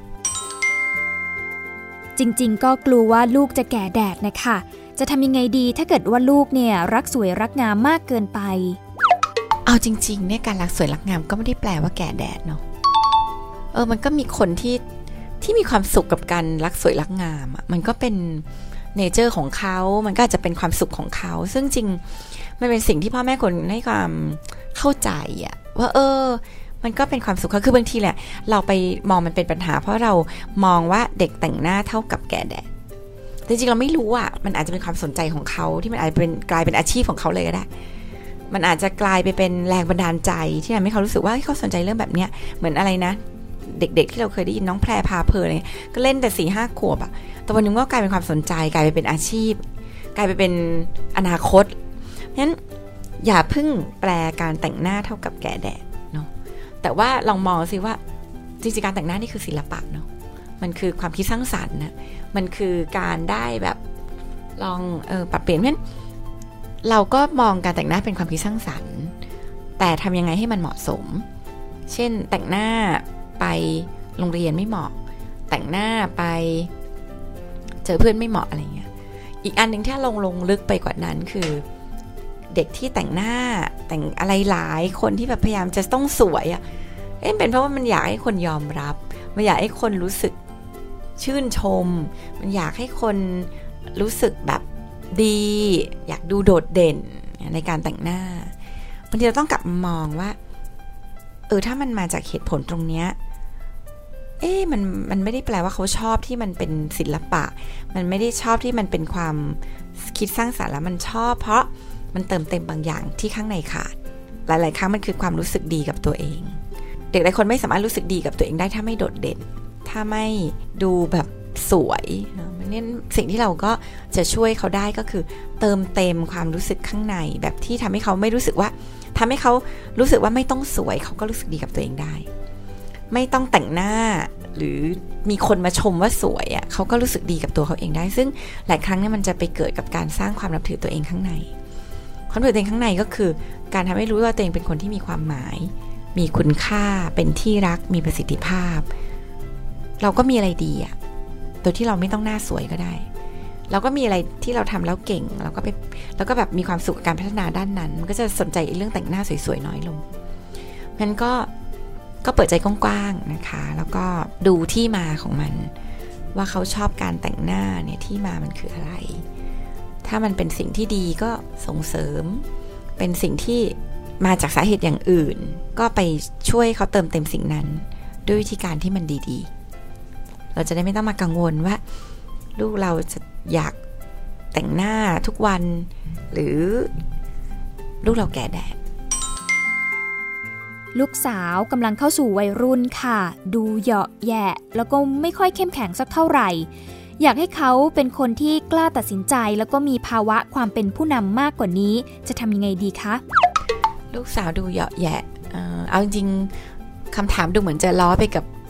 จริงๆก็กลัวว่าลูกจะแก่แดดนะคะจะทำยังไงดีถ้าเกิดว่าลูกเนี่ยรักสวยรักงามมากเกินไปเอาจริงๆเนี่ยการรักสวยรักงามก็ไม่ได้แปลว่าแก่แดดเนาะเออมันก็มีคนที่ที่มีความสุขกับการรักสวยรักงามอ่ะมันก็เป็นเนเจอร์ของเขามันก็อาจจะเป็นความสุขของเขาซึ่งจริงมันเป็นสิ่งที่พ่อแม่ควรให้ความเข้าใจอ่ะว่าเออมันก็เป็นความสุขคือบางทีแหละเราไปมองมันเป็นปัญหาเพราะเรามองว่าเด็กแต่งหน้าเท่ากับแก่แดดจริงๆเราไม่รู้อ่ะมันอาจจะเป็นความสนใจของเขาที่มันอาจจะเป็นกลายเป็นอาชีพของเขาเลยก็ได้มันอาจจะกลายไปเป็นแรงบันดาลใจที่ทำให้เขารู้สึกว่าเขาสนใจเรื่องแบบเนี้ยเหมือนอะไรนะเด็กๆที่เราเคยได้ยินน้องแพรพาเพลินอะไรก็เล่นแต่สี่ห้าขวบอ่ะแต่วันนึงก็กลายเป็นความสนใจกลายไปเป็นอาชีพกลายไปเป็นอนาคตงั้นอย่าเพิ่งแปลการแต่งหน้าเท่ากับแก่แดดเนาะแต่ว่าลองมองสิว่าจริงๆการแต่งหน้านี่คือศิลปะเนาะมันคือความคิดสร้างสรรค์นะมันคือการได้แบบลองเออปรับเปลี่ยนเพราะฉะนั้นเราก็มองการแต่งหน้าเป็นความคิดสร้างสรรค์แต่ทำยังไงให้มันเหมาะสมเช่นแต่งหน้าไปโรงเรียนไม่เหมาะแต่งหน้าไปเจอเพื่อนไม่เหมาะอะไรเงี้ยอีกอันนึงที่ลงลงลึกไปกว่านั้นคือเด็กที่แต่งหน้าแต่งอะไรหลายคนที่แบบพยายามจะต้องสวยอ่ะเอ๊ะเป็นเพราะว่ามันอยากให้คนยอมรับมันอยากให้คนรู้สึกชื่นชมมันอยากให้คนรู้สึกแบบดีอยากดูโดดเด่นในการแต่งหน้าบางทีเราต้องกลับมามองว่าเออถ้ามันมาจากเหตุผลตรงเนี้ยเอ๊ะมันมันไม่ได้แปลว่าเขาชอบที่มันเป็นศิลปะมันไม่ได้ชอบที่มันเป็นความคิดสร้างสรรค์แล้วมันชอบเพราะมันเติมเต็มบางอย่างที่ข้างในขาดหลายๆครั้งมันคือความรู้สึกดีกับตัวเองเด็กหลายคนไม่สามารถรู้สึกดีกับตัวเองได้ถ้าไม่โดดเด่นถ้าไม่ดูแบบสวยเนี่ยสิ่งที่เราก็จะช่วยเขาได้ก็คือเติมเต็มความรู้สึกข้างในแบบที่ทำให้เขาไม่รู้สึกว่าทำให้เขารู้สึกว่าไม่ต้องสวยเขาก็รู้สึกดีกับตัวเองได้ไม่ต้องแต่งหน้าหรือมีคนมาชมว่าสวยอ่ะเขาก็รู้สึกดีกับตัวเขาเองได้ซึ่งหลายครั้งเนี่ยมันจะไปเกิดกับการสร้างความนับถือตัวเองข้างในความนับถือตัวเองข้างในก็คือการทำให้รู้ว่าตัวเองเป็นคนที่มีความหมายมีคุณค่าเป็นที่รักมีประสิทธิภาพเราก็มีอะไรดีอ่ะโดยที่เราไม่ต้องหน้าสวยก็ได้เราก็มีอะไรที่เราทำแล้วเก่งเราก็ไปแล้วก็แบบมีความสุขกับการพัฒนาด้านนั้นมันก็จะสนใจเรื่องแต่งหน้าสวยๆน้อยลงงั้นก็ก็เปิดใจกว้างๆนะคะแล้วก็ดูที่มาของมันว่าเขาชอบการแต่งหน้าเนี่ยที่มามันคืออะไรถ้ามันเป็นสิ่งที่ดีก็ส่งเสริมเป็นสิ่งที่มาจากสาเหตุอย่างอื่นก็ไปช่วยเขาเติมเต็มสิ่งนั้นด้วยวิธีการที่มันดีๆเราจะได้ไม่ต้องมากังวลว่าลูกเราจะอยากแต่งหน้าทุกวันหรือลูกเราแก่แดดลูกสาวกำลังเข้าสู่วัยรุ่นค่ะดูเหยาะแยะแล้วก็ไม่ค่อยเข้มแข็งสักเท่าไหร่อยากให้เขาเป็นคนที่กล้าตัดสินใจแล้วก็มีภาวะความเป็นผู้นำมากกว่านี้จะทำยังไงดีคะลูกสาวดูเหยาะแยะ เอ่อ เอาจริงๆคำถามดูเหมือนจะล้อไปกับ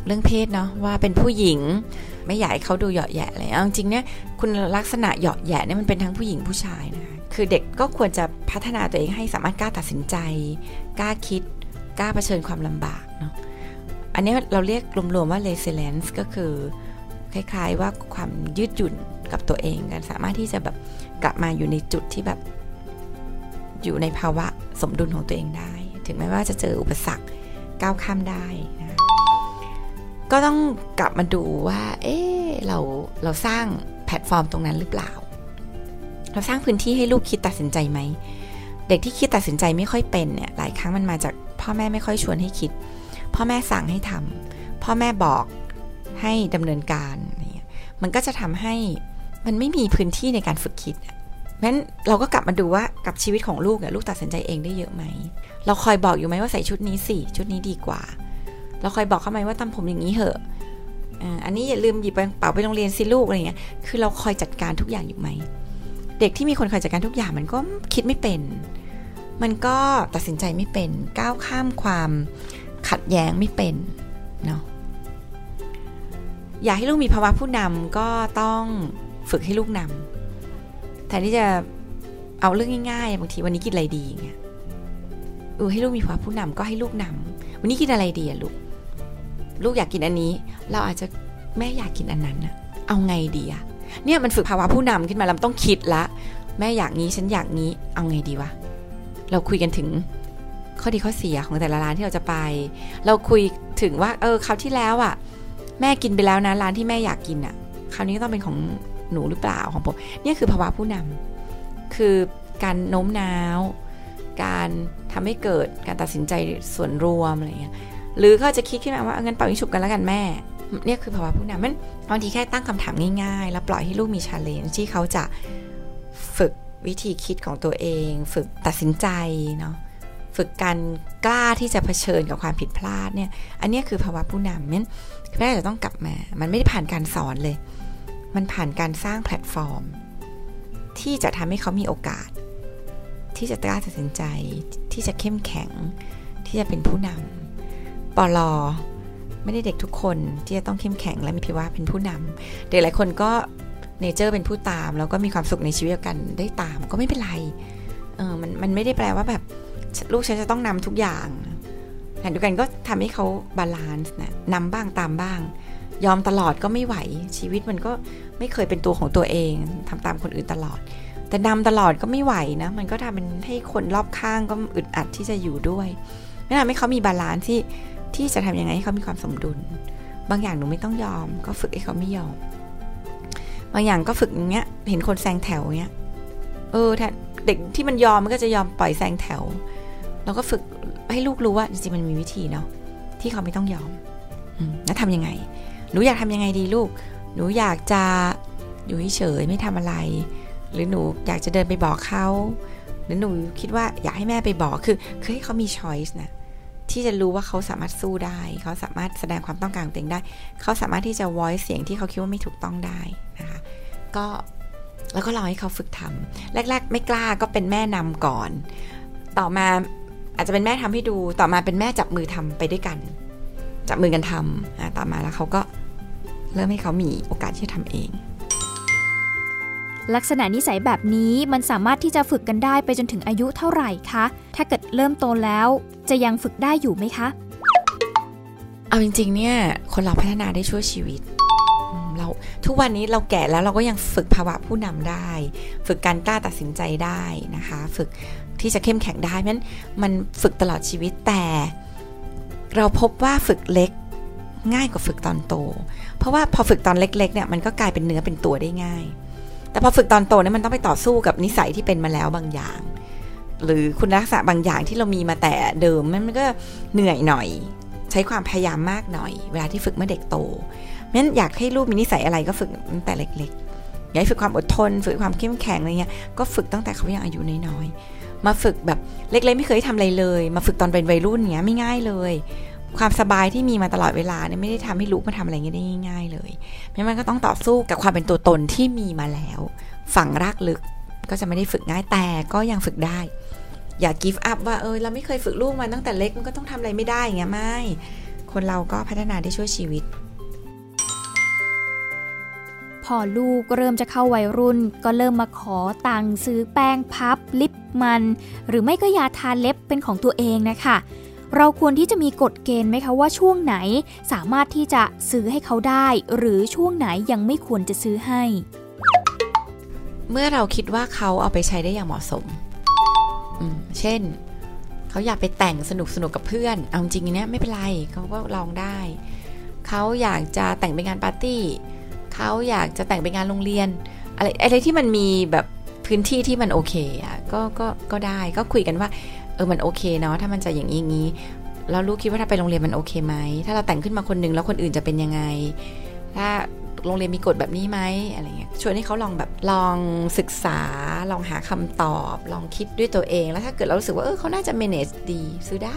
เรื่องเพศเนาะว่าเป็นผู้หญิงไม่อยากให้เขาดูเหยาะแยะเลยเอาจริงเนี่ยคุณลักษณะเหยาะแยะเนี่ยมันเป็นทั้งผู้หญิงผู้ชายนะคะคือเด็กก็ควรจะพัฒนาตัวเองให้สามารถกล้าตัดสินใจกล้าคิดกล้าเผชิญความลำบากเนาะอันนี้เราเรียกรวมๆว่า resilience ก็คือคล้ายๆว่าความยืดหยุ่นกับตัวเองกันสามารถที่จะแบบกลับมาอยู่ในจุดที่แบบอยู่ในภาวะสมดุลของตัวเองได้ถึงแม้ว่าจะเจออุปสรรคก้าวข้ามได้นะก็ต้องกลับมาดูว่าเอ๊ะเราเราสร้างแพลตฟอร์มตรงนั้นหรือเปล่าเราสร้างพื้นที่ให้ลูกคิดตัดสินใจไหมเด็กที่คิดตัดสินใจไม่ค่อยเป็นเนี่ยหลายครั้งมันมาจากพ่อแม่ไม่ค่อยชวนให้คิดพ่อแม่สั่งให้ทำพ่อแม่บอกให้ดำเนินการเนี่ยมันก็จะทำให้มันไม่มีพื้นที่ในการฝึกคิดเพราะฉะนั้นเราก็กลับมาดูว่ากับชีวิตของลูกเนี่ยลูกตัดสินใจเองได้เยอะไหมเราคอยบอกอยู่ไหมว่าใส่ชุดนี้สิชุดนี้ดีกว่าเราคอยบอกเขาไหมว่าทำผมอย่างนี้เหอะอันนี้อย่าลืมหยิบกระเป๋าไปโรงเรียนสิลูกอะไรเงี้ยคือเราคอยจัดการทุกอย่างอยู่ไหมเด็กที่มีคนคอยจัดการทุกอย่างมันก็คิดไม่เป็นมันก็ตัดสินใจไม่เป็นก้าวข้ามความขัดแย้งไม่เป็นเนาะอยากให้ลูกมีภาวะผู้นำก็ต้องฝึกให้ลูกนำแทนที่จะเอาเรื่องง่ายๆบางทีวันนี้กินอะไรดีเงี้ยเออให้ลูกมีภาวะผู้นำก็ให้ลูกนำวันนี้กินอะไรดีอะลูกลูกอยากกินอันนี้เราอาจจะแม่อยากกินอันนั้นอะเอาไงดีอะเนี่ยมันฝึกภาวะผู้นำขึ้นมาเราต้องคิดละแม่อยากงี้ฉันอยากงี้เอาไงดีวะเราคุยกันถึงข้อดีข้อเสียของแต่ละร้านที่เราจะไปเราคุยถึงว่าเออคราวที่แล้วอะแม่กินไปแล้วนะร้านที่แม่อยากกินอะคราวนี้ก็ต้องเป็นของหนูหรือเปล่าของผมเนี่ยคือภาวะผู้นำคือการโน้มน้าวการทำให้เกิดการตัดสินใจส่วนรวมอะไรเงี้ยหรือก็จะคิดขึ้นมาว่างั้นเป่ายิงฉุบกันแล้วกันแม่เนี่ยคือภาวะผู้นำมันบางทีแค่ตั้งคำถามง่ายๆแล้วปล่อยให้ลูกมี challenge ที่เขาจะฝึกวิธีคิดของตัวเองฝึกตัดสินใจเนาะฝึกการกล้าที่จะเผชิญกับความผิดพลาดเนี่ยอันนี้คือภาวะผู้นำนั้นแม่จะต้องกลับมามันไม่ได้ผ่านการสอนเลยมันผ่านการสร้างแพลตฟอร์มที่จะทำให้เขามีโอกาสที่จะกล้าตัดสินใจที่จะเข้มแข็งที่จะเป็นผู้นำปลอไม่ได้เด็กทุกคนที่จะต้องเข้มแข็งและมีภาวะเป็นผู้นำเด็กหลายคนก็เนเจอร์เป็นผู้ตามแล้วก็มีความสุขในชีวิตกันได้ตามก็ไม่เป็นไรเออมันมันไม่ได้แปลว่าแบบลูกฉันจะต้องนำทุกอย่างแต่ดูกันก็ทำให้เขาบาลานซ์นะนำบ้างตามบ้างยอมตลอดก็ไม่ไหวชีวิตมันก็ไม่เคยเป็นตัวของตัวเองทำตามคนอื่นตลอดแต่นำตลอดก็ไม่ไหวนะมันก็ทำเป็นให้คนรอบข้างก็อึดอัดที่จะอยู่ด้วยไม่ทำให้เขามีบาลานซ์ที่ที่จะทำยังไงให้เขามีความสมดุลบางอย่างหนูไม่ต้องยอมก็ฝึกให้เขาไม่ยอมบางอย่างก็ฝึกอย่างเงี้ยเห็นคนแซงแถวเงี้ยเออถ้าเด็กที่มันยอมมันก็จะยอมปล่อยแซงแถวเราก็ฝึกให้ลูกรู้ว่าจริงๆมันมีวิธีเนาะที่เขาไม่ต้องยอมแล้วทำยังไงหนูอยากทำยังไงดีลูกหนูอยากจะอยู่เฉยๆไม่ทำอะไรหรือหนูอยากจะเดินไปบอกเขาหรือหนูคิดว่าอยากให้แม่ไปบอกคือคือให้เขามี choice นะที่จะรู้ว่าเขาสามารถสู้ได้เขาสามารถแสดงความต้องการของตัวเองได้เขาสามารถที่จะ voice เสียงที่เขาคิดว่าไม่ถูกต้องได้นะคะก็แล้วก็ลองให้เขาฝึกทำแรกๆไม่กล้าก็เป็นแม่นำก่อนต่อมาอาจจะเป็นแม่ทำให้ดูต่อมาเป็นแม่จับมือทำไปด้วยกันจับมือกันทำต่อมาแล้วเขาก็เริ่มให้เขามีโอกาสที่จะทำเองลักษณะนิสัยแบบนี้มันสามารถที่จะฝึกกันได้ไปจนถึงอายุเท่าไหร่คะถ้าเกิดเริ่มโตแล้วจะยังฝึกได้อยู่ไหมคะเอาจริงๆเนี่ยคนเราพัฒนาได้ชั่วชีวิตเราทุกวันนี้เราแก่แล้วเราก็ยังฝึกภาวะผู้นำได้ฝึกการกล้าตัดสินใจได้นะคะฝึกที่จะเข้มแข็งได้เพราะฉะนั้นมันฝึกตลอดชีวิตแต่เราพบว่าฝึกเล็กง่ายกว่าฝึกตอนโตเพราะว่าพอฝึกตอนเล็กๆเนี่ยมันก็กลายเป็นเนื้อเป็นตัวได้ง่ายแต่พอฝึกตอนโตเนี่ยมันต้องไปต่อสู้กับนิสัยที่เป็นมาแล้วบางอย่างหรือคุณลักษณะบางอย่างที่เรามีมาแต่เดิมมันก็เหนื่อยหน่อยใช้ความพยายามมากหน่อยเวลาที่ฝึกเมื่อเด็กโตงั้นอยากให้ลูกมีนิสัยอะไรก็ฝึกตั้งแต่เล็กๆอยากให้ฝึกความอดทนฝึกความเข้มแข็งอะไรเงี้ยก็ฝึกตั้งแต่เขายังอายุน้อยๆมาฝึกแบบเล็กๆไม่เคยทำอะไรเลยมาฝึกตอนเป็นวัยรุ่นเงี้ยไม่ง่ายเลยความสบายที่มีมาตลอดเวลาเนี่ยไม่ได้ทำให้ลูกมาทำอะไรเงี้ยได้ง่ายๆเลยไม่มันก็ต้องต่อสู้กับความเป็นตัวตนที่มีมาแล้วฝังรากลึกก็จะไม่ได้ฝึกง่ายแต่ก็ยังฝึกได้อย่า give up ว่าเออเราไม่เคยฝึกลูกมาตั้งแต่เล็กมันก็ต้องทำอะไรไม่ได้อย่างเงี้ยไม่คนเราก็พัฒนาได้ชั่วชีวิตพอลูกเริ่มจะเข้าวัยรุ่นก็เริ่มมาขอตังค์ซื้อแป้งพับลิปมันหรือไม่ก็ยาทาเล็บเป็นของตัวเองนะคะเราควรที่จะมีกฎเกณฑ์ไหมคะว่าช่วงไหนสามารถที่จะซื้อให้เขาได้หรือช่วงไหนยังไม่ควรจะซื้อให้เมื่อเราคิดว่าเขาเอาไปใช้ได้อย่างเหมาะสมเช่นเขาอยากไปแต่งสนุกสนุกกับเพื่อนเอาจริงๆเนี่ยไม่เป็นไรเขาก็ลองได้เขาอยากจะแต่งไปงานปาร์ตี้เขาอยากจะแต่งไปงานโรงเรียนอะไรอะไรที่มันมีแบบพื้นที่ที่มันโอเคอ่ะก็ก็ก็ได้ก็คุยกันว่าเออมันโอเคเนาะถ้ามันจะอย่างนี้อย่างนี้แล้วลูกคิดว่าถ้าไปโรงเรียนมันโอเคไหมถ้าเราแต่งขึ้นมาคนนึงแล้วคนอื่นจะเป็นยังไงถ้าโรงเรียนมีกฎแบบนี้ไหมอะไรเงี้ยชวนให้เขาลองแบบลองศึกษาลองหาคำตอบลองคิดด้วยตัวเองแล้วถ้าเกิดเรารู้สึกว่าเออเขาน่าจะ manage ดีซื้อได้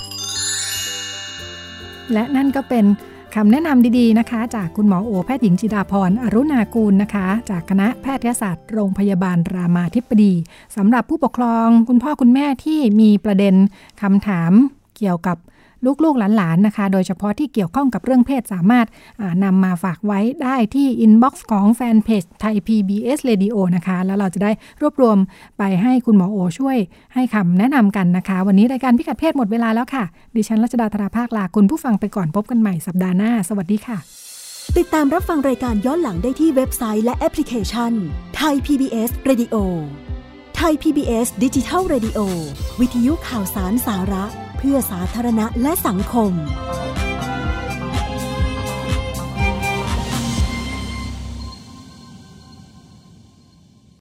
และนั่นก็เป็นคำแนะนำดีๆนะคะจากคุณหมอโอแพทย์หญิงจิดาพรอรุณากูลนะคะจากคณะแพทยศาสตร์โรงพยาบาลรามาธิบดีสำหรับผู้ปกครองคุณพ่อคุณแม่ที่มีประเด็นคำถามเกี่ยวกับลูกๆหลานๆนะคะโดยเฉพาะที่เกี่ยวข้องกับเรื่องเพศสามารถนำมาฝากไว้ได้ที่อินบ็อกซ์ของแฟนเพจไทย พี บี เอส Radio นะคะแล้วเราจะได้รวบรวมไปให้คุณหมอโอช่วยให้คำแนะนำกันนะคะวันนี้รายการพิกัดเพศหมดเวลาแล้วค่ะดิฉันรัชดาธราภาคลาคุณผู้ฟังไปก่อนพบกันใหม่สัปดาห์หน้าสวัสดีค่ะติดตามรับฟังรายการย้อนหลังได้ที่เว็บไซต์และแอปพลิเคชันไทย พี บี เอส Radio ไทย พี บี เอส Digital Radio วิทยุข่าวสารสาระเพื่อสาธารณะและสังคม